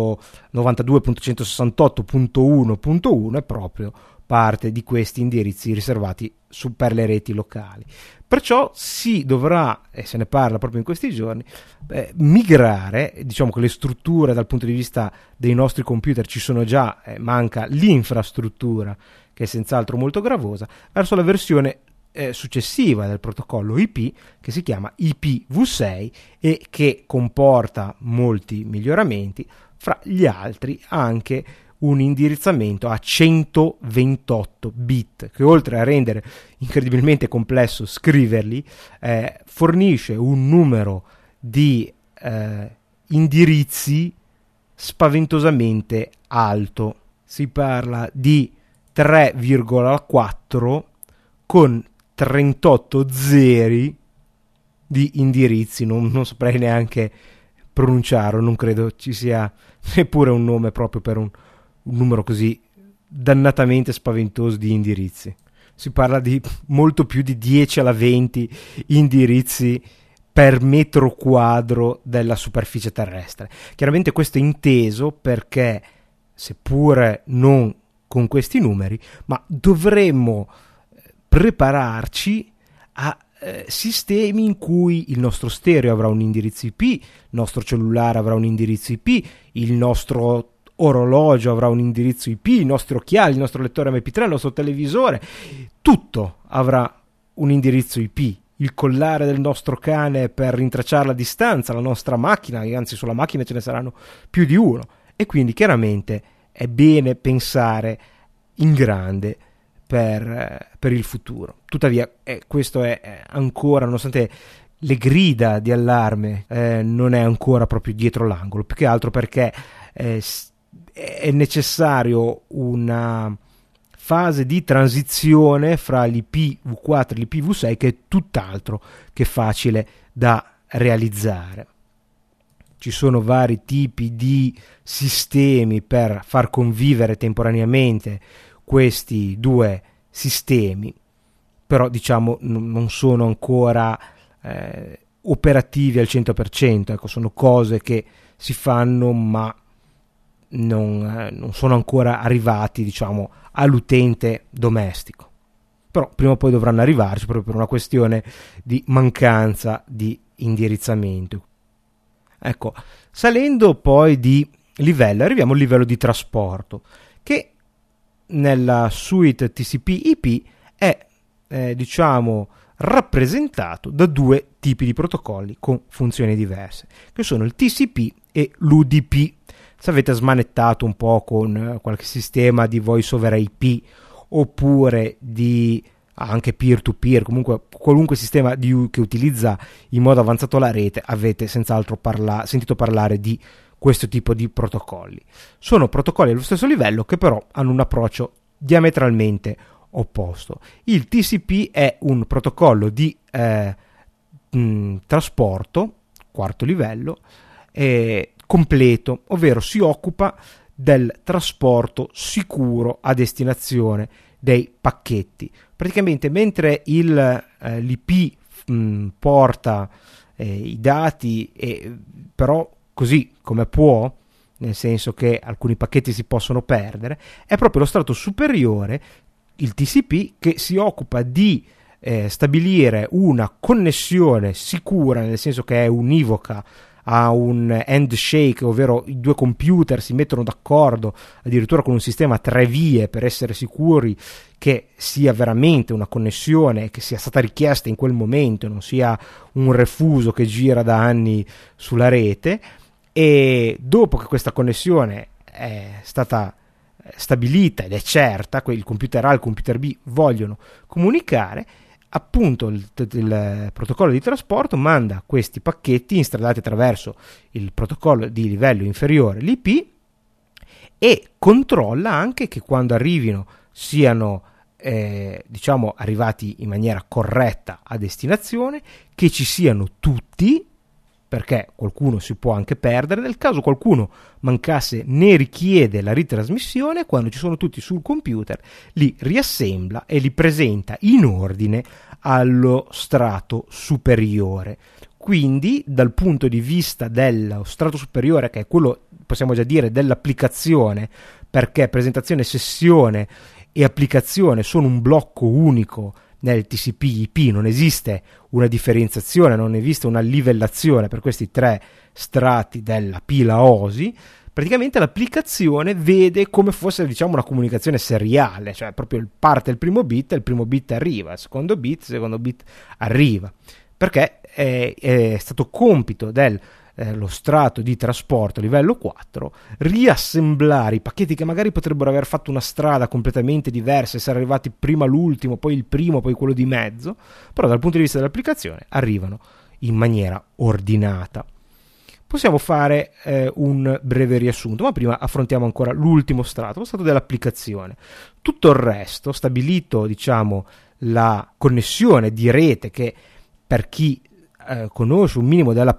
192.168.1.1 è proprio parte di questi indirizzi riservati per le reti locali. Perciò si dovrà, e se ne parla proprio in questi giorni, migrare, che le strutture dal punto di vista dei nostri computer ci sono già, manca l'infrastruttura, che è senz'altro molto gravosa, verso la versione successiva del protocollo IP, che si chiama IPv6 e che comporta molti miglioramenti, fra gli altri anche un indirizzamento a 128 bit, che oltre a rendere incredibilmente complesso scriverli, fornisce un numero di indirizzi spaventosamente alto. Si parla di 3,4 con 38 zeri di indirizzi. Non saprei neanche pronunciarlo, non credo ci sia neppure un nome proprio per un numero così dannatamente spaventoso di indirizzi. Si parla di molto più di 10 alla 20 indirizzi per metro quadro della superficie terrestre. Chiaramente questo è inteso perché, seppure non con questi numeri, ma dovremmo prepararci a sistemi in cui il nostro stereo avrà un indirizzo IP, il nostro cellulare avrà un indirizzo IP, il nostro orologio avrà un indirizzo IP, i nostri occhiali, il nostro lettore MP3, il nostro televisore, tutto avrà un indirizzo IP. Il collare del nostro cane per rintracciare la distanza, la nostra macchina, anzi sulla macchina ce ne saranno più di uno, e quindi chiaramente è bene pensare in grande per il futuro. Tuttavia questo è ancora, nonostante le grida di allarme, non è ancora proprio dietro l'angolo, più che altro perché è necessario una fase di transizione fra l'IPv4 e l'IPv6 che è tutt'altro che facile da realizzare. Ci sono vari tipi di sistemi per far convivere temporaneamente questi due sistemi, però diciamo non sono ancora operativi al 100%, ecco, sono cose che si fanno ma non sono ancora arrivati, diciamo, all'utente domestico. Però prima o poi dovranno arrivarci, proprio per una questione di mancanza di indirizzamento. Ecco, salendo poi di livello, arriviamo al livello di trasporto, che nella suite TCP/IP è diciamo rappresentato da due tipi di protocolli con funzioni diverse, che sono il TCP e l'UDP. Se avete smanettato un po' con qualche sistema di voice over IP oppure di anche peer-to-peer, comunque qualunque sistema che utilizza in modo avanzato la rete, avete senz'altro sentito parlare di questo tipo di protocolli. Sono protocolli allo stesso livello che però hanno un approccio diametralmente opposto. Il TCP è un protocollo di trasporto, quarto livello, completo, ovvero si occupa del trasporto sicuro a destinazione dei pacchetti. Praticamente mentre l'IP porta i dati, però così come può, nel senso che alcuni pacchetti si possono perdere, è proprio lo strato superiore, il TCP, che si occupa di stabilire una connessione sicura, nel senso che è univoca, a un handshake, ovvero i due computer si mettono d'accordo addirittura con un sistema a 3 vie per essere sicuri che sia veramente una connessione che sia stata richiesta in quel momento, non sia un refuso che gira da anni sulla rete. E dopo che questa connessione è stata stabilita ed è certa, il computer A e il computer B vogliono comunicare, appunto il protocollo di trasporto manda questi pacchetti instradati attraverso il protocollo di livello inferiore, l'IP, e controlla anche che quando arrivino siano diciamo arrivati in maniera corretta a destinazione, che ci siano tutti, perché qualcuno si può anche perdere. Nel caso qualcuno mancasse, ne richiede la ritrasmissione. Quando ci sono tutti sul computer li riassembla e li presenta in ordine allo strato superiore. Quindi dal punto di vista dello strato superiore, che è quello, possiamo già dire, dell'applicazione, perché presentazione, sessione e applicazione sono un blocco unico nel TCP/IP, non esiste una differenziazione, non esiste una livellazione per questi tre strati della pila OSI. Praticamente l'applicazione vede come fosse, diciamo, una comunicazione seriale, cioè proprio parte il primo bit arriva, il secondo bit arriva, perché è stato compito dello strato di trasporto livello 4 riassemblare i pacchetti che magari potrebbero aver fatto una strada completamente diversa, essere arrivati prima l'ultimo, poi il primo, poi quello di mezzo, però dal punto di vista dell'applicazione arrivano in maniera ordinata. Possiamo fare un breve riassunto, ma prima affrontiamo ancora l'ultimo strato, lo strato dell'applicazione. Tutto il resto, stabilito, diciamo, la connessione di rete, che per chi conosce un minimo della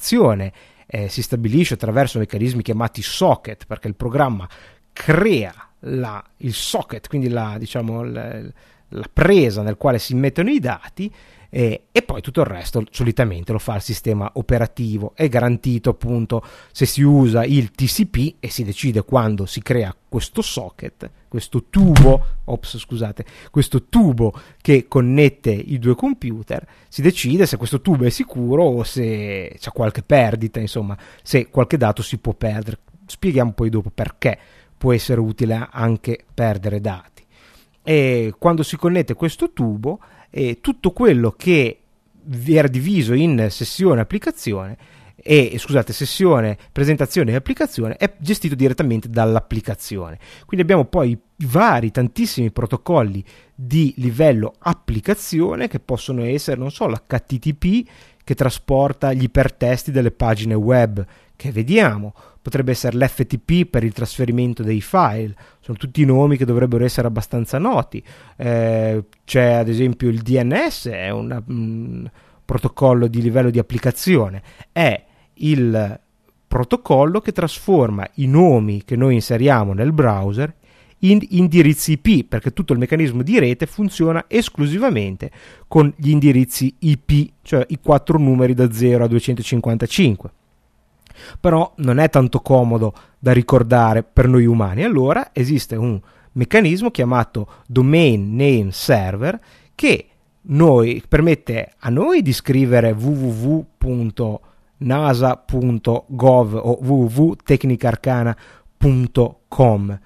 programmazione si stabilisce attraverso meccanismi chiamati socket, perché il programma crea il socket, quindi la presa nel quale si mettono i dati, e poi tutto il resto solitamente lo fa il sistema operativo. È garantito appunto se si usa il TCP e si decide quando si crea questo socket, questo tubo che connette i due computer, si decide se questo tubo è sicuro o se c'è qualche perdita, insomma, se qualche dato si può perdere. Spieghiamo poi dopo perché può essere utile anche perdere dati. E quando si connette questo tubo, tutto quello che era diviso in sessione presentazione e applicazione è gestito direttamente dall'applicazione. Quindi abbiamo poi tantissimi protocolli di livello applicazione che possono essere, non so, l'HTTP che trasporta gli ipertesti delle pagine web che vediamo, potrebbe essere l'FTP per il trasferimento dei file, sono tutti nomi che dovrebbero essere abbastanza noti. C'è ad esempio il DNS, è un protocollo di livello di applicazione, è il protocollo che trasforma i nomi che noi inseriamo nel browser in indirizzi IP, perché tutto il meccanismo di rete funziona esclusivamente con gli indirizzi IP, cioè i 4 numeri da 0 a 255. Però non è tanto comodo da ricordare per noi umani, allora esiste un meccanismo chiamato Domain Name Server che permette a noi di scrivere www.nasa.gov o www.tecnicarcana.com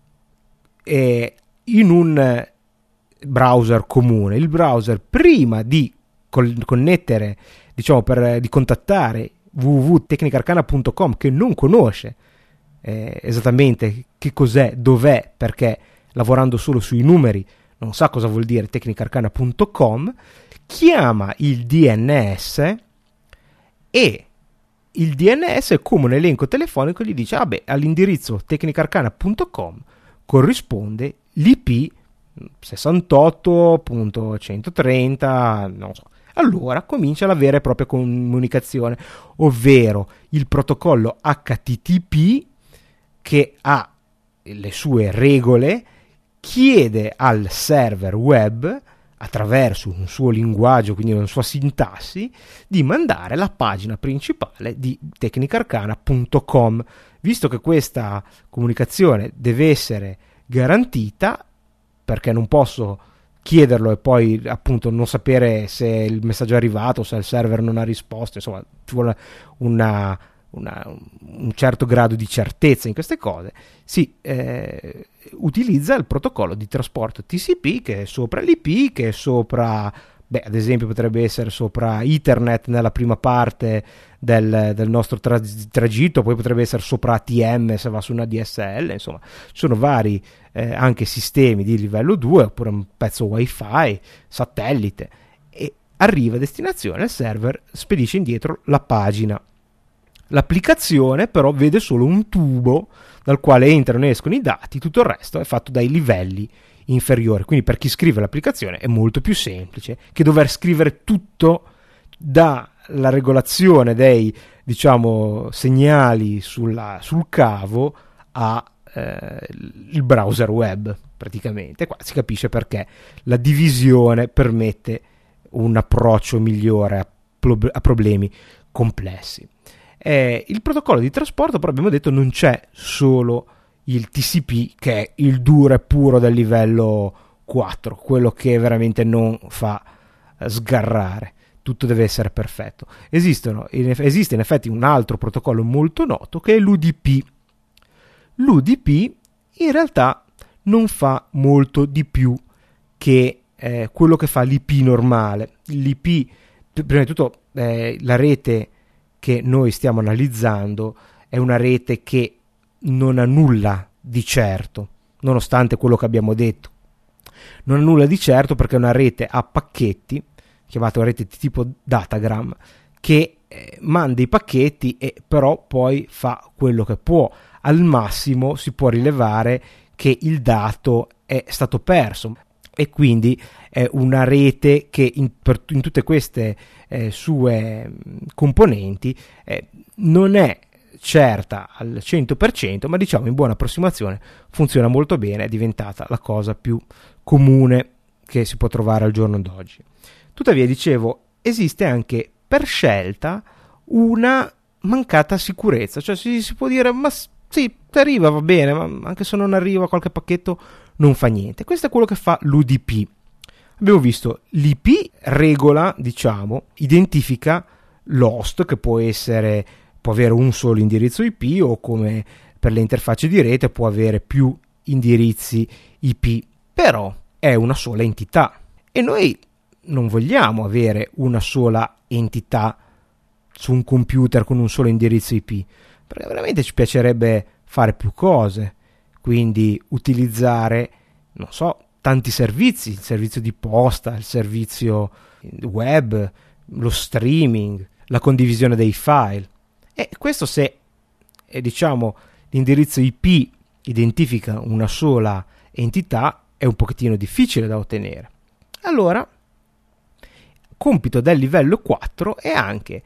in un browser comune. Il browser, prima di connettere, diciamo, di contattare www.tecnicarcana.com, che non conosce esattamente che cos'è, dov'è, perché lavorando solo sui numeri non sa cosa vuol dire tecnicarcana.com, chiama il DNS e il DNS, come un elenco telefonico, gli dice all'indirizzo tecnicarcana.com corrisponde l'IP 68.130, non so. Allora comincia la vera e propria comunicazione, ovvero il protocollo HTTP che ha le sue regole, chiede al server web, attraverso un suo linguaggio, quindi una sua sintassi, di mandare la pagina principale di tecnicarcana.com. Visto che questa comunicazione deve essere garantita, perché non posso chiederlo e poi appunto non sapere se il messaggio è arrivato, se il server non ha risposto, insomma ci vuole un certo grado di certezza in queste cose, si utilizza il protocollo di trasporto TCP che è sopra l'IP, che è sopra, ad esempio potrebbe essere sopra Ethernet nella prima parte del nostro tragitto, poi potrebbe essere sopra ATM se va su una DSL, insomma ci sono vari anche sistemi di livello 2 oppure un pezzo wifi, satellite, e arriva a destinazione, il server spedisce indietro la pagina. L'applicazione però vede solo un tubo dal quale entrano e escono i dati, tutto il resto è fatto dai livelli inferiori, quindi per chi scrive l'applicazione è molto più semplice che dover scrivere tutto dalla regolazione dei, diciamo, segnali sul cavo il browser web. Praticamente qua si capisce perché la divisione permette un approccio migliore a problemi complessi. Il protocollo di trasporto, però, abbiamo detto, non c'è solo il TCP, che è il duro e puro del livello 4, quello che veramente non fa sgarrare, tutto deve essere perfetto. Esiste in effetti un altro protocollo molto noto che è l'UDP. L'UDP in realtà non fa molto di più che quello che fa l'IP normale. L'IP, prima di tutto, la rete che noi stiamo analizzando è una rete che non ha nulla di certo, nonostante quello che abbiamo detto. Non ha nulla di certo perché è una rete a pacchetti, chiamata rete di tipo datagram, che manda i pacchetti e però poi fa quello che può. Al massimo si può rilevare che il dato è stato perso, e quindi è una rete che in tutte queste sue componenti non è certa al 100%, ma diciamo in buona approssimazione funziona molto bene, è diventata la cosa più comune che si può trovare al giorno d'oggi. Tuttavia, dicevo, esiste anche per scelta una mancata sicurezza, cioè si può dire ma sì, ti arriva, va bene, ma anche se non arriva qualche pacchetto non fa niente. Questo è quello che fa l'UDP. Abbiamo visto l'IP regola, diciamo, identifica l'host, che può avere un solo indirizzo IP, o come per le interfacce di rete può avere più indirizzi IP, però è una sola entità e noi non vogliamo avere una sola entità su un computer con un solo indirizzo IP, perché veramente ci piacerebbe fare più cose, quindi utilizzare, non so, tanti servizi, il servizio di posta, il servizio web, lo streaming, la condivisione dei file. E questo, se diciamo l'indirizzo IP identifica una sola entità, è un pochettino difficile da ottenere. Allora, compito del livello 4 è anche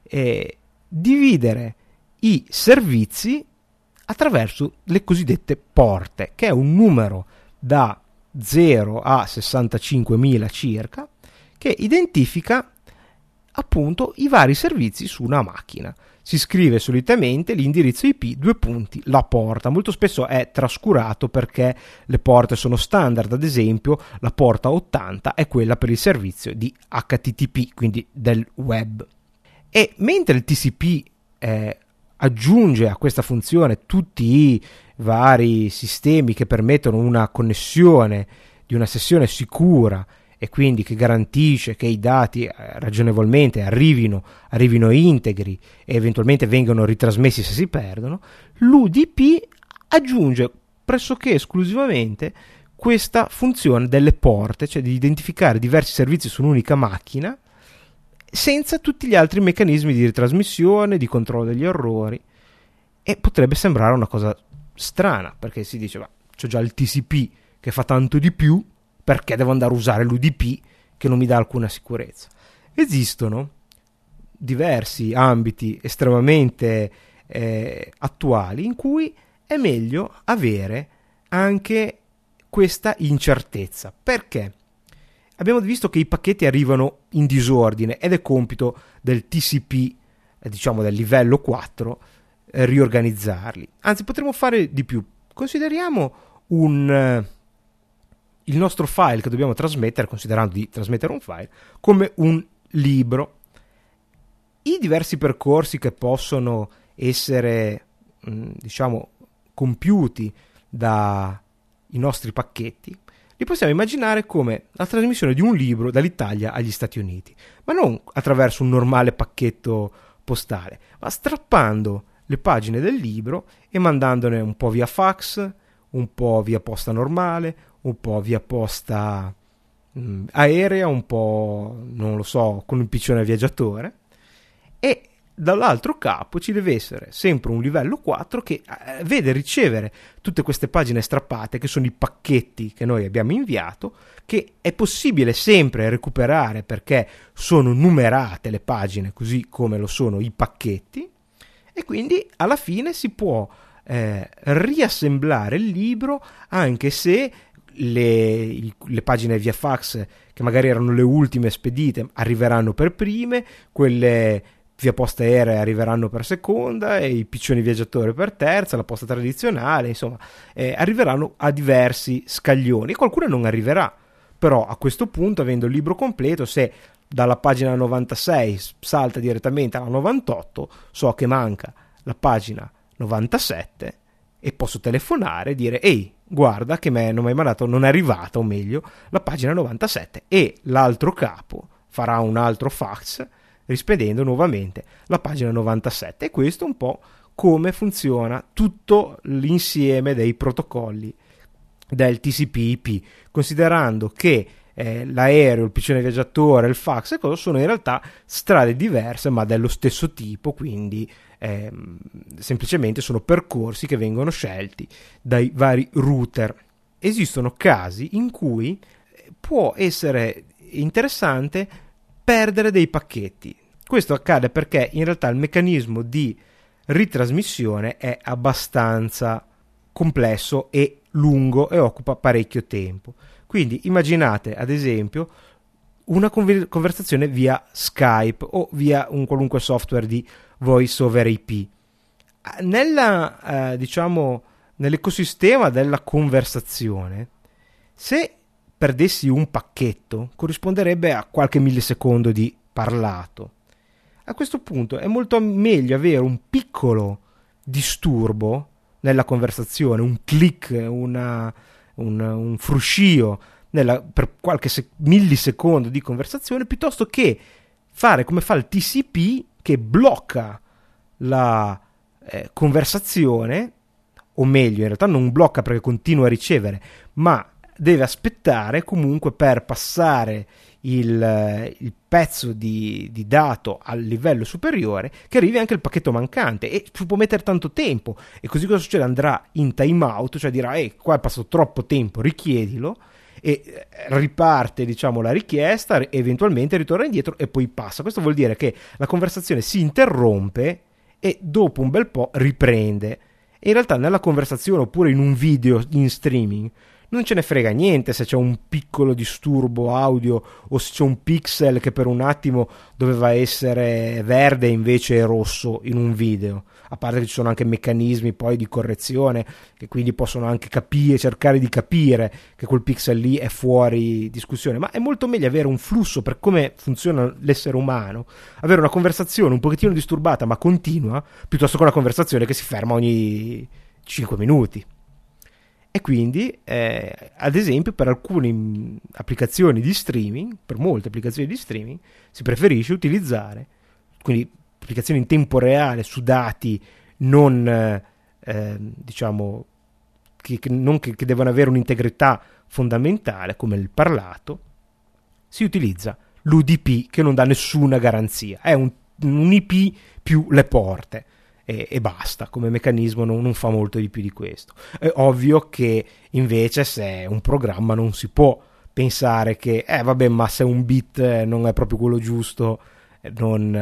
dividere i servizi attraverso le cosiddette porte, che è un numero da 0 a 65.000 circa, che identifica appunto i vari servizi su una macchina. Si scrive solitamente l'indirizzo IP la porta. Molto spesso è trascurato perché le porte sono standard, ad esempio la porta 80 è quella per il servizio di HTTP, quindi del web. E mentre il TCP aggiunge a questa funzione tutti i vari sistemi che permettono una connessione di una sessione sicura e quindi che garantisce che i dati ragionevolmente arrivino integri e eventualmente vengano ritrasmessi se si perdono, l'UDP aggiunge pressoché esclusivamente questa funzione delle porte, cioè di identificare diversi servizi su un'unica macchina, senza tutti gli altri meccanismi di ritrasmissione, di controllo degli errori. E potrebbe sembrare una cosa strana, perché si dice, ma c'ho già il TCP che fa tanto di più, perché devo andare a usare l'UDP che non mi dà alcuna sicurezza? Esistono diversi ambiti estremamente attuali in cui è meglio avere anche questa incertezza. Perché? Abbiamo visto che i pacchetti arrivano in disordine ed è compito del TCP, diciamo del livello 4, riorganizzarli. Anzi, potremmo fare di più. Consideriamo il nostro file che dobbiamo trasmettere, considerando di trasmettere un file, come un libro. I diversi percorsi che possono essere, diciamo, compiuti dai nostri pacchetti, li possiamo immaginare come la trasmissione di un libro dall'Italia agli Stati Uniti, ma non attraverso un normale pacchetto postale, ma strappando le pagine del libro e mandandone un po' via fax, un po' via posta normale, un po' via posta aerea, un po', non lo so, con un piccione viaggiatore. E dall'altro capo ci deve essere sempre un livello 4 che vede ricevere tutte queste pagine strappate, che sono i pacchetti che noi abbiamo inviato, che è possibile sempre recuperare perché sono numerate le pagine così come lo sono i pacchetti, e quindi alla fine si può riassemblare il libro, anche se le pagine via fax, che magari erano le ultime spedite, arriveranno per prime, quelle via posta aerea arriveranno per seconda, e i piccioni viaggiatori per terza, la posta tradizionale, insomma, arriveranno a diversi scaglioni, e qualcuno non arriverà. Però a questo punto, avendo il libro completo, se dalla pagina 96 salta direttamente alla 98, so che manca la pagina 97 e posso telefonare e dire: ehi, guarda che non mi hai mandato, non è arrivata, o meglio, la pagina 97, e l'altro capo farà un altro fax rispedendo nuovamente la pagina 97. E questo è un po' come funziona tutto l'insieme dei protocolli del TCP/IP, considerando che l'aereo, il piccione viaggiatore, il fax e cose sono in realtà strade diverse ma dello stesso tipo, quindi semplicemente sono percorsi che vengono scelti dai vari router. Esistono casi in cui può essere interessante perdere dei pacchetti. Questo accade perché in realtà il meccanismo di ritrasmissione è abbastanza complesso e lungo e occupa parecchio tempo. Quindi immaginate ad esempio una conversazione via Skype o via un qualunque software di voice over IP. Nell'ecosistema della conversazione, se perdessi un pacchetto corrisponderebbe a qualche millisecondo di parlato. A questo punto è molto meglio avere un piccolo disturbo nella conversazione, un click, un fruscio per qualche millisecondo di conversazione, piuttosto che fare come fa il TCP, che blocca la conversazione, o meglio in realtà non blocca perché continua a ricevere, ma deve aspettare comunque per passare il pezzo di dato al livello superiore che arrivi anche il pacchetto mancante, e può mettere tanto tempo. E così cosa succede? Andrà in time out, cioè dirà qua è passato troppo tempo, richiedilo, e riparte la richiesta, eventualmente ritorna indietro e poi passa. Questo vuol dire che la conversazione si interrompe e dopo un bel po' riprende. E in realtà nella conversazione oppure in un video in streaming non ce ne frega niente se c'è un piccolo disturbo audio o se c'è un pixel che per un attimo doveva essere verde e invece è rosso in un video, a parte che ci sono anche meccanismi poi di correzione che quindi possono anche cercare di capire che quel pixel lì è fuori discussione. Ma è molto meglio avere un flusso per come funziona l'essere umano, avere una conversazione un pochettino disturbata ma continua, piuttosto che una conversazione che si ferma ogni 5 minuti. E quindi, ad esempio, per alcune applicazioni di streaming, per molte applicazioni di streaming, si preferisce utilizzare, quindi applicazioni in tempo reale su dati non, che devono avere un'integrità fondamentale, come il parlato, si utilizza l'UDP, che non dà nessuna garanzia, è un IP più le porte. E basta, come meccanismo non fa molto di più di questo. È ovvio che invece se è un programma non si può pensare che ma se un bit non è proprio quello giusto non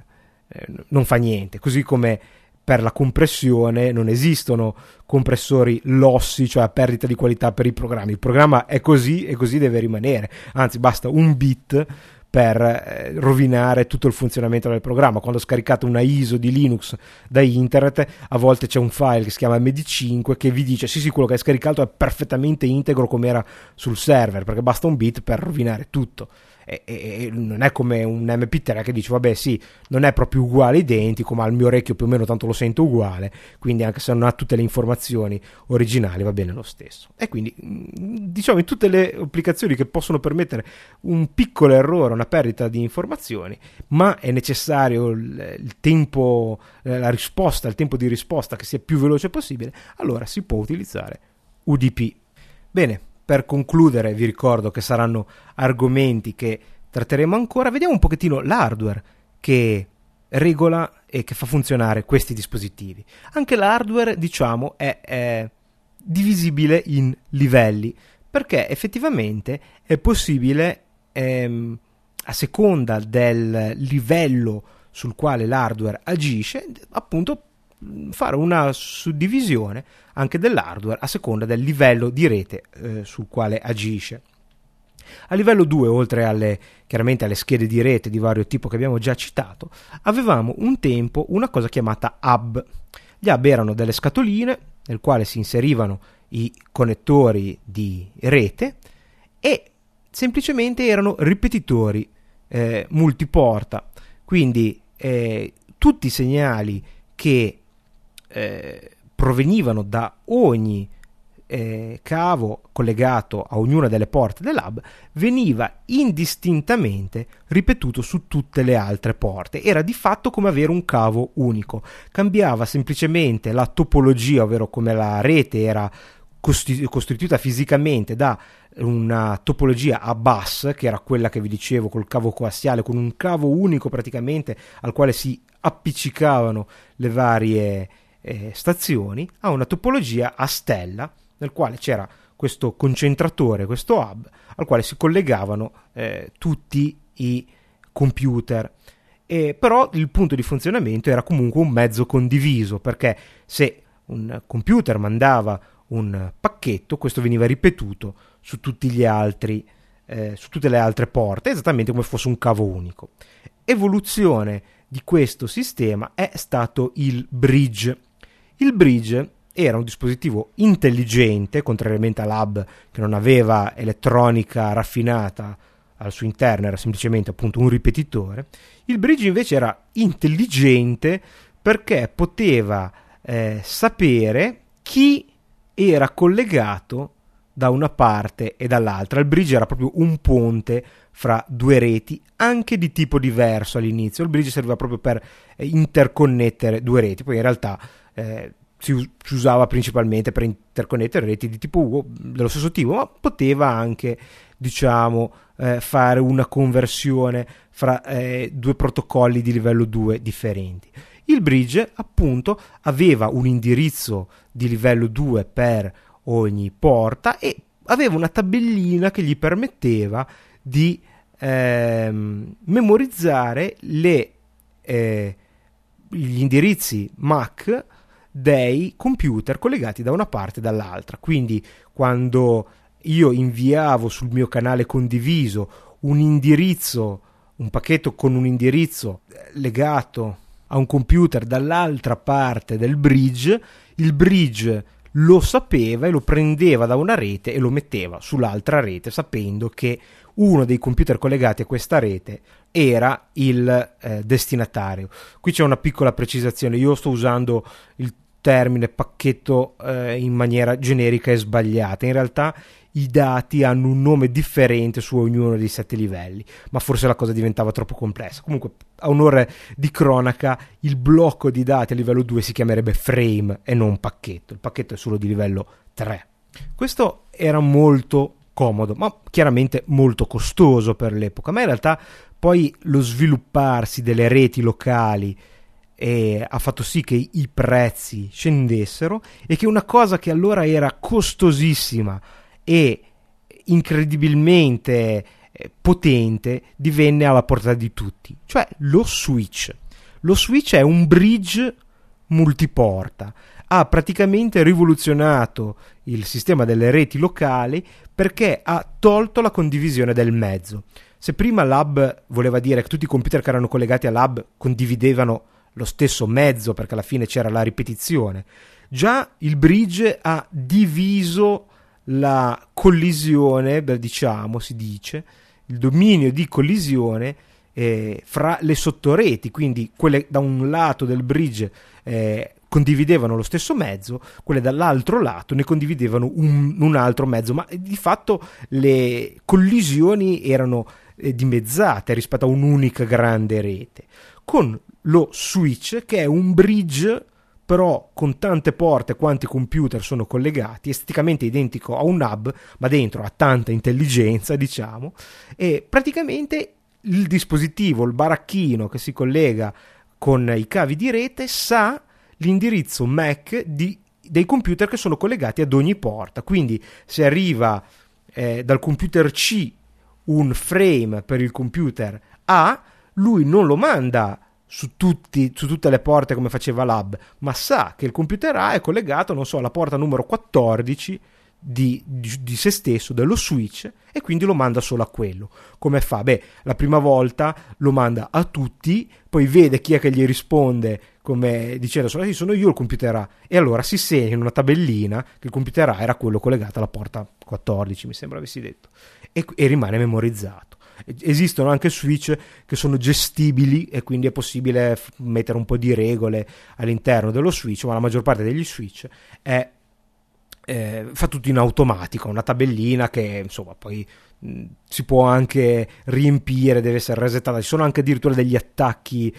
fa niente, così come per la compressione non esistono compressori lossi, cioè a perdita di qualità per i programmi. Il programma è così e così deve rimanere, anzi basta un bit per rovinare tutto il funzionamento del programma. Quando scaricate una ISO di Linux da internet, a volte c'è un file che si chiama MD5 che vi dice sì, quello che hai scaricato è perfettamente integro come era sul server, perché basta un bit per rovinare tutto. E non è come un MP3 che dice vabbè sì, non è proprio uguale identico, ma al mio orecchio più o meno tanto lo sento uguale, quindi anche se non ha tutte le informazioni originali va bene lo stesso. E quindi in tutte le applicazioni che possono permettere un piccolo errore, una perdita di informazioni, ma è necessario il tempo, il tempo di risposta che sia più veloce possibile, allora si può utilizzare UDP. Bene, per concludere vi ricordo che saranno argomenti che tratteremo ancora. Vediamo un pochettino l'hardware che regola e che fa funzionare questi dispositivi. Anche l'hardware è divisibile in livelli, perché effettivamente è possibile a seconda del livello sul quale l'hardware agisce appunto fare una suddivisione anche dell'hardware a seconda del livello di rete sul quale agisce. A livello 2, oltre chiaramente alle schede di rete di vario tipo che abbiamo già citato, avevamo un tempo una cosa chiamata hub. Gli hub erano delle scatoline nel quale si inserivano i connettori di rete e semplicemente erano ripetitori multiporta, quindi tutti i segnali che provenivano da ogni cavo collegato a ognuna delle porte dell'hub veniva indistintamente ripetuto su tutte le altre porte. Era di fatto come avere un cavo unico, cambiava semplicemente la topologia, ovvero come la rete era costituita fisicamente da una topologia a bus, che era quella che vi dicevo col cavo coassiale, con un cavo unico praticamente al quale si appiccicavano le varie stazioni, a una topologia a stella nel quale c'era questo concentratore, questo hub al quale si collegavano tutti i computer. Però il punto di funzionamento era comunque un mezzo condiviso, perché se un computer mandava un pacchetto, questo veniva ripetuto su tutti gli altri, su tutte le altre porte, esattamente come fosse un cavo unico. Evoluzione di questo sistema è stato il bridge. Il bridge era un dispositivo intelligente, contrariamente all'hub che non aveva elettronica raffinata al suo interno, era semplicemente appunto un ripetitore. Il bridge invece era intelligente perché poteva sapere chi era collegato da una parte e dall'altra. Il bridge era proprio un ponte fra due reti, anche di tipo diverso all'inizio. Il bridge serviva proprio per interconnettere due reti, poi in realtà si usava principalmente per interconnettere reti di tipo U dello stesso tipo, ma poteva anche, diciamo, fare una conversione fra due protocolli di livello 2 differenti. Il bridge appunto aveva un indirizzo di livello 2 per ogni porta e aveva una tabellina che gli permetteva di memorizzare gli indirizzi MAC dei computer collegati da una parte e dall'altra. Quindi quando io inviavo sul mio canale condiviso un pacchetto con un indirizzo legato a un computer dall'altra parte del bridge, il bridge lo sapeva e lo prendeva da una rete e lo metteva sull'altra rete, sapendo che uno dei computer collegati a questa rete era il destinatario. Qui c'è una piccola precisazione: io sto usando il termine pacchetto in maniera generica e sbagliata. In realtà i dati hanno un nome differente su ognuno dei 7 livelli, ma forse la cosa diventava troppo complessa. Comunque, a onore di cronaca, il blocco di dati a livello 2 si chiamerebbe frame e non pacchetto. Il pacchetto è solo di livello 3. Questo era molto comodo, ma chiaramente molto costoso per l'epoca. Ma in realtà poi lo svilupparsi delle reti locali ha fatto sì che i prezzi scendessero e che una cosa che allora era costosissima e incredibilmente potente divenne alla portata di tutti, cioè lo switch. Lo switch è un bridge multiporta, ha praticamente rivoluzionato il sistema delle reti locali perché ha tolto la condivisione del mezzo. Se prima l'hub voleva dire che tutti i computer che erano collegati all'hub condividevano lo stesso mezzo perché alla fine c'era la ripetizione, già il bridge ha diviso la collisione, diciamo, si dice, il dominio di collisione fra le sottoreti, quindi quelle da un lato del bridge condividevano lo stesso mezzo, quelle dall'altro lato ne condividevano un altro mezzo, ma di fatto le collisioni erano dimezzate rispetto a un'unica grande rete. Con lo switch, che è un bridge però con tante porte quanti computer sono collegati, esteticamente identico a un hub, ma dentro ha tanta intelligenza, diciamo, e praticamente il dispositivo, il baracchino che si collega con i cavi di rete sa l'indirizzo MAC dei computer che sono collegati ad ogni porta. Quindi se arriva dal computer C un frame per il computer A, lui non lo manda su tutte le porte come faceva l'hub, ma sa che il computer A è collegato, non so, alla porta numero 14 di se stesso, dello switch, e quindi lo manda solo a quello. Come fa? Beh, la prima volta lo manda a tutti, poi vede chi è che gli risponde come dicendo sì, sono io il computer A, e allora si segna in una tabellina che il computer A era quello collegato alla porta 14, mi sembra avessi detto, e rimane memorizzato. Esistono anche switch che sono gestibili e quindi è possibile mettere un po' di regole all'interno dello switch, ma la maggior parte degli switch fa tutto in automatico, una tabellina che insomma poi si può anche riempire, deve essere resettata. Ci sono anche addirittura degli attacchi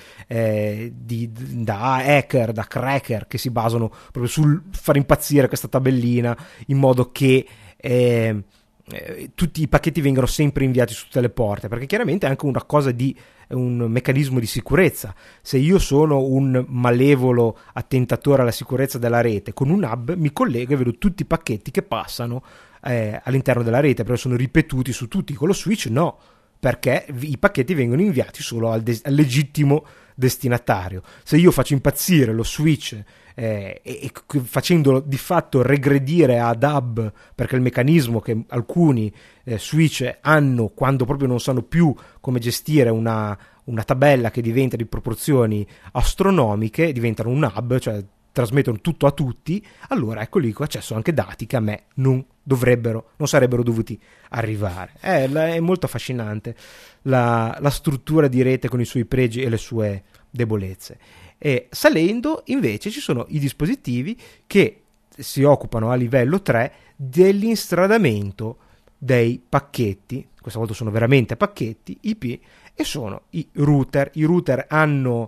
da hacker, da cracker, che si basano proprio sul far impazzire questa tabellina in modo che tutti i pacchetti vengono sempre inviati su tutte le porte, perché chiaramente è anche una cosa un meccanismo di sicurezza. Se io sono un malevolo attentatore alla sicurezza della rete, con un hub mi collego e vedo tutti i pacchetti che passano all'interno della rete, perché sono ripetuti su tutti. Con lo switch no, perché i pacchetti vengono inviati solo al legittimo destinatario. Se io faccio impazzire lo switch facendolo di fatto regredire ad hub, perché il meccanismo che alcuni switch hanno quando proprio non sanno più come gestire una tabella che diventa di proporzioni astronomiche, diventano un hub, cioè trasmettono tutto a tutti, allora ecco lì ho accesso anche dati che a me non sarebbero dovuti arrivare. È molto affascinante la struttura di rete con i suoi pregi e le sue debolezze. E salendo invece ci sono i dispositivi che si occupano a livello 3 dell'instradamento dei pacchetti, questa volta sono veramente pacchetti IP, e sono i router. I router hanno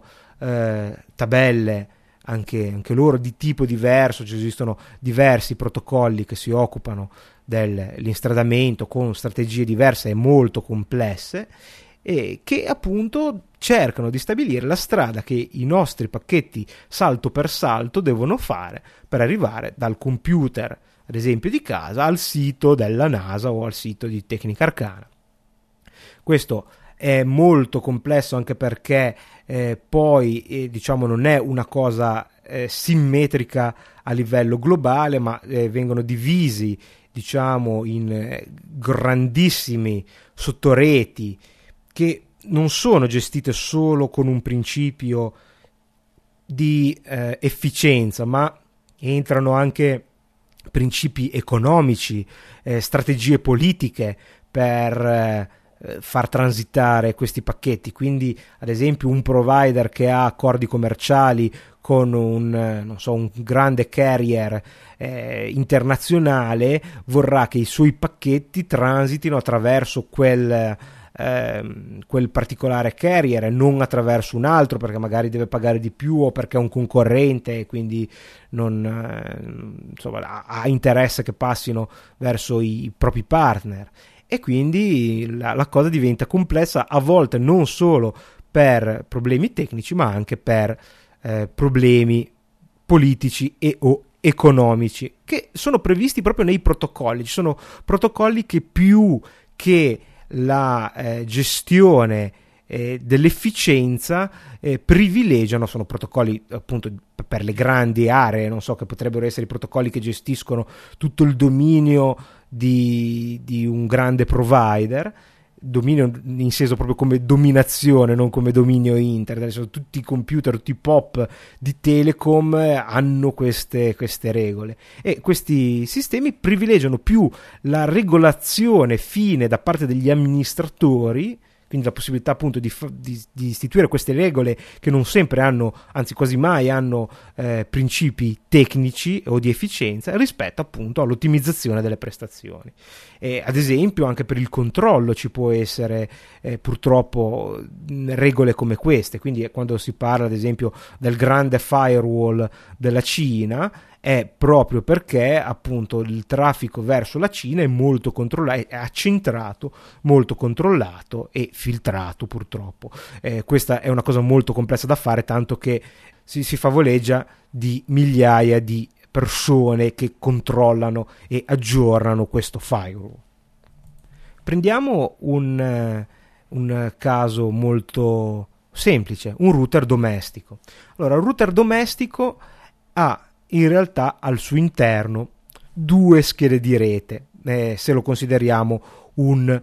tabelle anche loro di tipo diverso, ci esistono diversi protocolli che si occupano dell'instradamento con strategie diverse e molto complesse, e che appunto cercano di stabilire la strada che i nostri pacchetti salto per salto devono fare per arrivare dal computer, ad esempio di casa, al sito della NASA o al sito di Tecnica Arcana. Questo è molto complesso anche perché poi diciamo non è una cosa simmetrica a livello globale, ma vengono divisi diciamo in grandissimi sottoreti che non sono gestite solo con un principio di efficienza, ma entrano anche principi economici, strategie politiche per far transitare questi pacchetti. Quindi ad esempio un provider che ha accordi commerciali con un grande carrier internazionale vorrà che i suoi pacchetti transitino attraverso quel particolare carrier e non attraverso un altro, perché magari deve pagare di più o perché è un concorrente e quindi ha interesse che passino verso i propri partner. E quindi la cosa diventa complessa, a volte non solo per problemi tecnici ma anche per problemi politici e o economici che sono previsti proprio nei protocolli. Ci sono protocolli che più che la gestione dell'efficienza privilegiano, sono protocolli appunto per le grandi aree, non so, che potrebbero essere i protocolli che gestiscono tutto il dominio di un grande provider, dominio in senso proprio come dominazione, non come dominio internet. Sono tutti i computer, tutti i POP di Telecom hanno queste regole, e questi sistemi privilegiano più la regolazione fine da parte degli amministratori, quindi la possibilità appunto di istituire queste regole che non sempre hanno, anzi quasi mai hanno principi tecnici o di efficienza, rispetto appunto all'ottimizzazione delle prestazioni. E ad esempio anche per il controllo ci può essere purtroppo regole come queste. Quindi quando si parla ad esempio del grande firewall della Cina, è proprio perché appunto il traffico verso la Cina è molto controllato, è accentrato, molto controllato e filtrato purtroppo. Questa è una cosa molto complessa da fare, tanto che si favoleggia di migliaia di persone che controllano e aggiornano questo firewall. Prendiamo un caso molto semplice, un router domestico. Allora, il router domestico ha in realtà al suo interno due schede di rete, se lo consideriamo un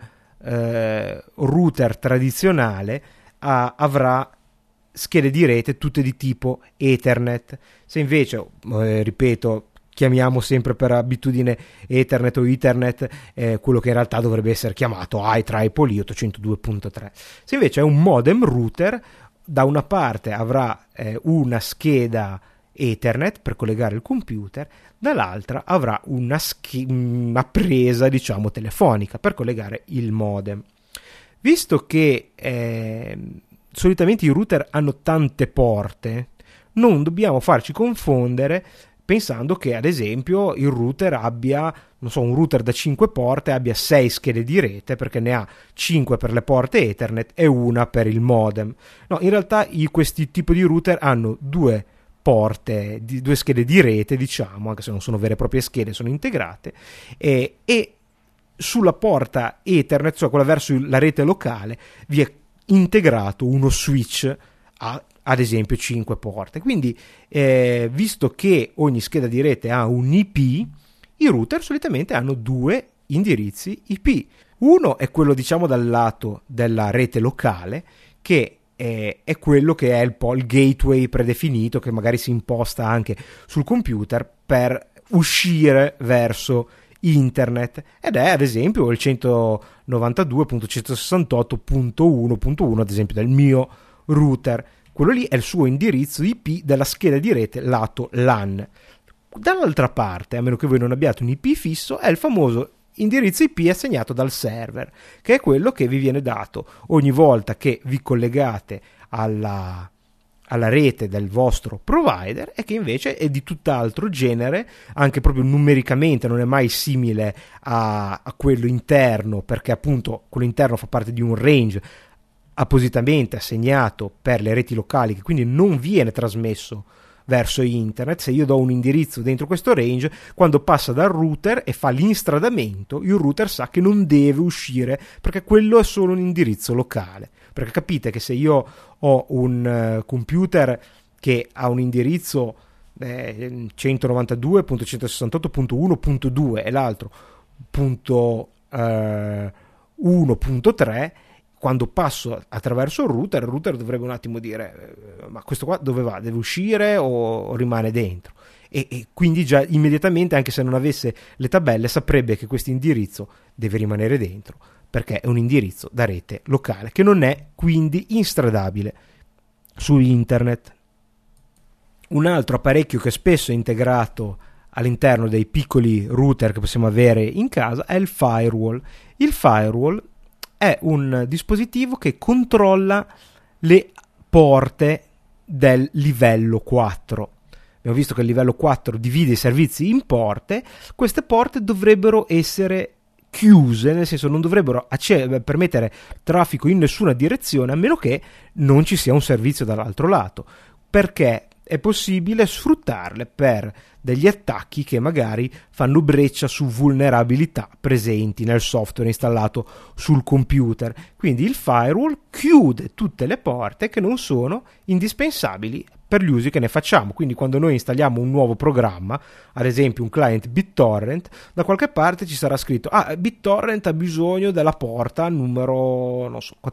router tradizionale avrà schede di rete tutte di tipo Ethernet. Se invece ripeto, chiamiamo sempre per abitudine Ethernet o Ethernet quello che in realtà dovrebbe essere chiamato IEEE 802.3. Se invece è un modem router, da una parte avrà una scheda Ethernet per collegare il computer, dall'altra avrà una presa diciamo telefonica per collegare il modem. Visto che solitamente i router hanno tante porte, non dobbiamo farci confondere pensando che ad esempio il router abbia, non so, un router da 5 porte abbia 6 schede di rete, perché ne ha 5 per le porte Ethernet e una per il modem. No, in realtà questi tipi di router hanno due porte, due schede di rete, diciamo, anche se non sono vere e proprie schede, sono integrate, e sulla porta Ethernet, cioè quella verso la rete locale, vi è integrato uno switch ad esempio 5 porte. Quindi visto che ogni scheda di rete ha un IP, i router solitamente hanno 2 indirizzi IP. Uno è quello, diciamo, dal lato della rete locale, che è quello che è il gateway predefinito, che magari si imposta anche sul computer per uscire verso internet, ed è ad esempio il 192.168.1.1 ad esempio del mio router. Quello lì è il suo indirizzo IP della scheda di rete lato LAN. Dall'altra parte, a meno che voi non abbiate un IP fisso, è il famoso indirizzo IP assegnato dal server, che è quello che vi viene dato ogni volta che vi collegate alla rete del vostro provider, e che invece è di tutt'altro genere, anche proprio numericamente non è mai simile a quello interno, perché appunto quello interno fa parte di un range appositamente assegnato per le reti locali, che quindi non viene trasmesso verso internet. Se io do un indirizzo dentro questo range, quando passa dal router e fa l'instradamento, il router sa che non deve uscire, perché quello è solo un indirizzo locale. Perché capite che se io ho un computer che ha un indirizzo 192.168.1.2 e l'altro 1.3, quando passo attraverso il router dovrebbe un attimo dire ma questo qua dove va? Deve uscire o rimane dentro? E quindi già immediatamente, anche se non avesse le tabelle, saprebbe che questo indirizzo deve rimanere dentro, perché è un indirizzo da rete locale che non è quindi instradabile su internet. Un altro apparecchio che spesso è integrato all'interno dei piccoli router che possiamo avere in casa è il firewall. Il firewall è un dispositivo che controlla le porte del livello 4. Abbiamo visto che il livello 4 divide i servizi in porte. Queste porte dovrebbero essere chiuse, nel senso non dovrebbero permettere traffico in nessuna direzione, a meno che non ci sia un servizio dall'altro lato, perché è possibile sfruttarle per degli attacchi che magari fanno breccia su vulnerabilità presenti nel software installato sul computer. Quindi il firewall chiude tutte le porte che non sono indispensabili per gli usi che ne facciamo. Quindi quando noi installiamo un nuovo programma, ad esempio un client BitTorrent, da qualche parte ci sarà scritto BitTorrent ha bisogno della porta numero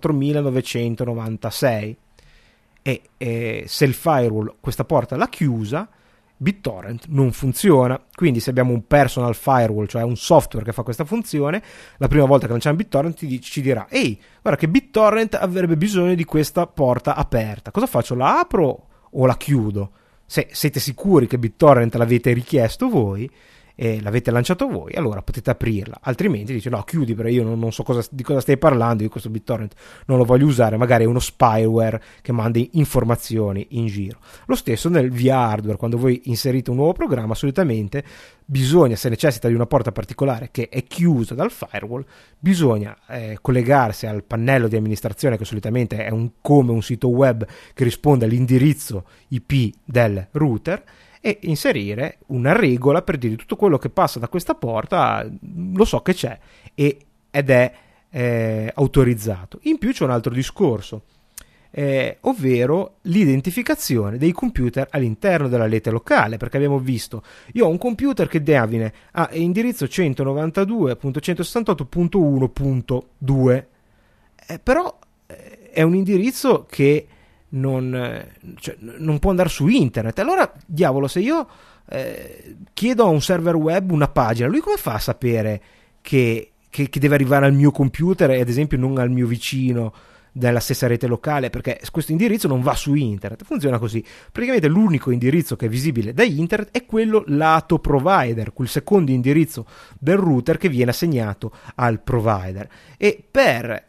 4996, e se il firewall questa porta l'ha chiusa, BitTorrent non funziona. Quindi se abbiamo un personal firewall, cioè un software che fa questa funzione, la prima volta che lanciamo BitTorrent ci dirà ehi, guarda che BitTorrent avrebbe bisogno di questa porta aperta, cosa faccio? La apro o la chiudo? Se siete sicuri che BitTorrent l'avete richiesto voi e l'avete lanciato voi, allora potete aprirla, altrimenti dice no, chiudi, perché io non so di cosa stai parlando, io questo BitTorrent non lo voglio usare, magari è uno spyware che manda informazioni in giro. Lo stesso via hardware, quando voi inserite un nuovo programma, solitamente bisogna, se necessita di una porta particolare che è chiusa dal firewall, bisogna collegarsi al pannello di amministrazione, che solitamente è come un sito web che risponde all'indirizzo IP del router, e inserire una regola per dire tutto quello che passa da questa porta lo so che c'è ed è autorizzato. In più c'è un altro discorso, ovvero l'identificazione dei computer all'interno della rete locale, perché abbiamo visto, io ho un computer che diamine a indirizzo 192.168.1.2, però è un indirizzo che non può andare su internet. Allora, diavolo, se io chiedo a un server web una pagina, lui come fa a sapere che deve arrivare al mio computer e ad esempio non al mio vicino della stessa rete locale, perché questo indirizzo non va su internet? Funziona così. Praticamente l'unico indirizzo che è visibile da internet è quello lato provider, quel secondo indirizzo del router che viene assegnato al provider, e per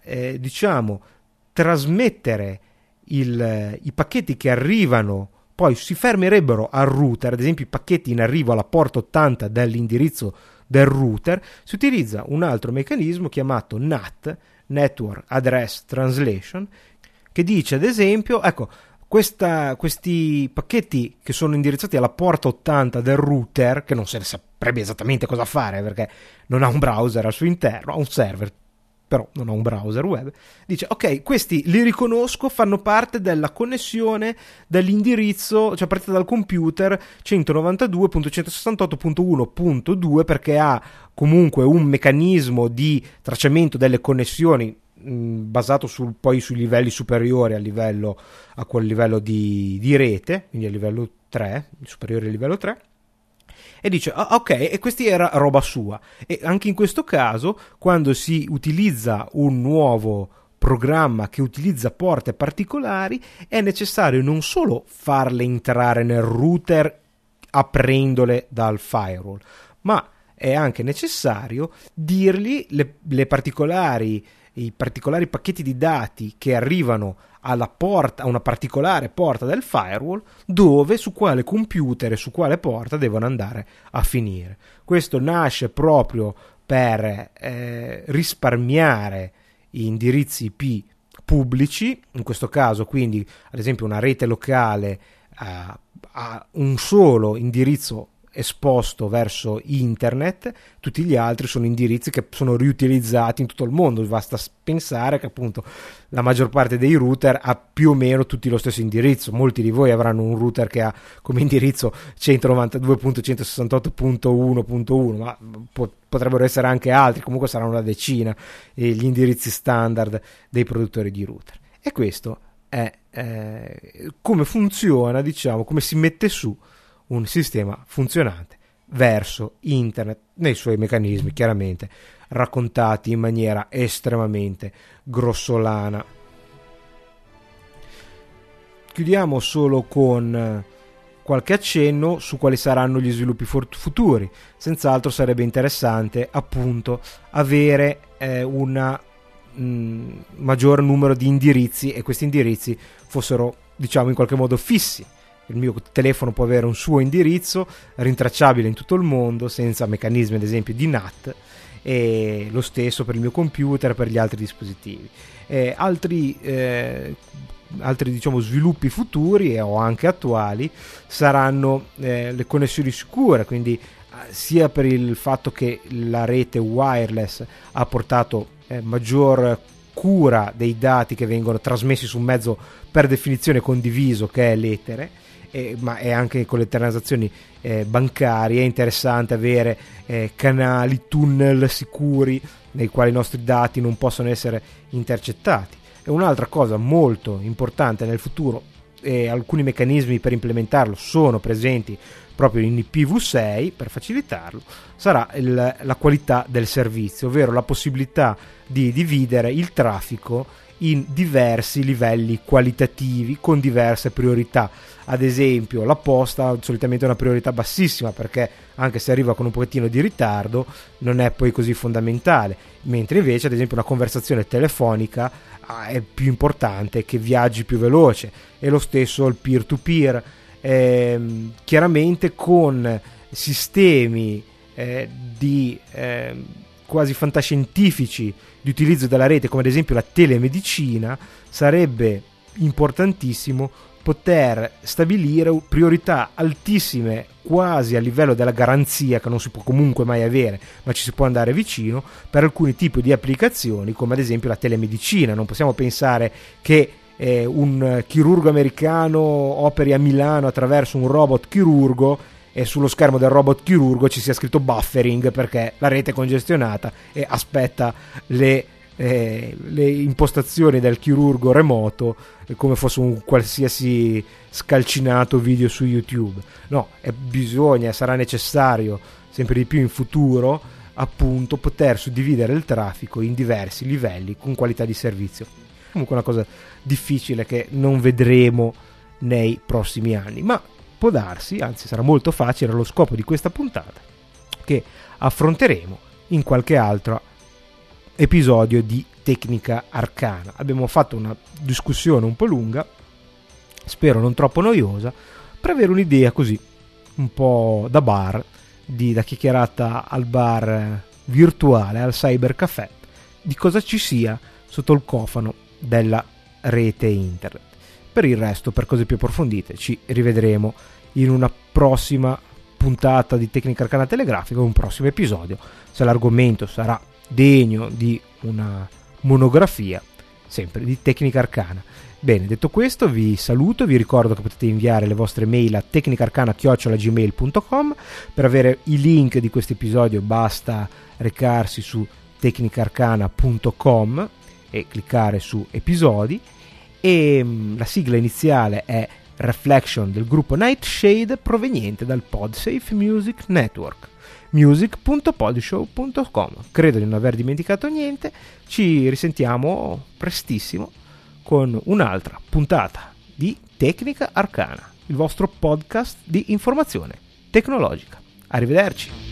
trasmettere i pacchetti che arrivano poi si fermerebbero al router, ad esempio i pacchetti in arrivo alla porta 80 dell'indirizzo del router, si utilizza un altro meccanismo chiamato NAT, Network Address Translation, che dice ad esempio, ecco, questi pacchetti che sono indirizzati alla porta 80 del router, che non se ne saprebbe esattamente cosa fare perché non ha un browser al suo interno, ha un server però non ha un browser web, dice ok, questi li riconosco, fanno parte della connessione dell'indirizzo, cioè partita dal computer 192.168.1.2, perché ha comunque un meccanismo di tracciamento delle connessioni basato poi sui livelli superiori a quel livello di rete, quindi a livello 3, superiore al livello 3, e dice ok, e questa era roba sua. E anche in questo caso, quando si utilizza un nuovo programma che utilizza porte particolari, è necessario non solo farle entrare nel router aprendole dal firewall, ma è anche necessario dirgli i particolari pacchetti di dati che arrivano alla porta, a una particolare porta del firewall, dove, su quale computer e su quale porta devono andare a finire. Questo nasce proprio per risparmiare indirizzi IP pubblici, in questo caso quindi ad esempio una rete locale ha un solo indirizzo esposto verso internet, tutti gli altri sono indirizzi che sono riutilizzati in tutto il mondo. Basta pensare che appunto la maggior parte dei router ha più o meno tutti lo stesso indirizzo. Molti di voi avranno un router che ha come indirizzo 192.168.1.1, ma potrebbero essere anche altri, comunque saranno una decina gli indirizzi standard dei produttori di router. E questo è come funziona, diciamo, come si mette su un sistema funzionante verso internet nei suoi meccanismi, chiaramente raccontati in maniera estremamente grossolana. Chiudiamo solo con qualche accenno su quali saranno gli sviluppi futuri. Senz'altro sarebbe interessante appunto avere un maggior numero di indirizzi, e questi indirizzi fossero, diciamo, in qualche modo fissi. Il mio telefono può avere un suo indirizzo rintracciabile in tutto il mondo senza meccanismi ad esempio di NAT, e lo stesso per il mio computer, per gli altri dispositivi. Altri diciamo sviluppi futuri o anche attuali saranno le connessioni sicure, quindi sia per il fatto che la rete wireless ha portato maggior cura dei dati che vengono trasmessi su un mezzo per definizione condiviso che è l'etere, ma è anche con le transazioni bancarie. È interessante avere canali, tunnel sicuri nei quali i nostri dati non possono essere intercettati. E un'altra cosa molto importante nel futuro, e alcuni meccanismi per implementarlo sono presenti proprio in IPv6 per facilitarlo, sarà la qualità del servizio, ovvero la possibilità di dividere il traffico in diversi livelli qualitativi con diverse priorità. Ad esempio la posta solitamente è una priorità bassissima, perché anche se arriva con un pochettino di ritardo non è poi così fondamentale, mentre invece ad esempio una conversazione telefonica è più importante, che viaggi più veloce, e lo stesso il peer to peer, chiaramente con sistemi quasi fantascientifici di utilizzo della rete, come ad esempio la telemedicina. Sarebbe importantissimo poter stabilire priorità altissime, quasi a livello della garanzia, che non si può comunque mai avere, ma ci si può andare vicino, per alcuni tipi di applicazioni, come ad esempio la telemedicina. Non possiamo pensare che un chirurgo americano operi a Milano attraverso un robot chirurgo e sullo schermo del robot chirurgo ci sia scritto buffering perché la rete è congestionata e aspetta le impostazioni del chirurgo remoto come fosse un qualsiasi scalcinato video su YouTube. No, sarà necessario sempre di più in futuro appunto poter suddividere il traffico in diversi livelli con qualità di servizio. Comunque una cosa difficile che non vedremo nei prossimi anni, ma può darsi, anzi sarà molto facile, allo scopo di questa puntata, che affronteremo in qualche altro episodio di Tecnica Arcana. Abbiamo fatto una discussione un po' lunga, spero non troppo noiosa, per avere un'idea così un po' da bar, da chiacchierata al bar virtuale, al cybercaffè, di cosa ci sia sotto il cofano della rete internet. Per il resto, per cose più approfondite, ci rivedremo in una prossima puntata di Tecnica Arcana Telegrafica, un prossimo episodio, se l'argomento sarà degno di una monografia sempre di Tecnica Arcana. Bene, detto questo vi saluto, vi ricordo che potete inviare le vostre mail a tecnicarcana@gmail.com. Per avere i link di questo episodio basta recarsi su tecnicarcana.com e cliccare su episodi, e la sigla iniziale è Reflection del gruppo Nightshade, proveniente dal PodSafe Music Network, music.podshow.com. Credo di non aver dimenticato niente. Ci risentiamo prestissimo con un'altra puntata di Tecnica Arcana, il vostro podcast di informazione tecnologica. Arrivederci.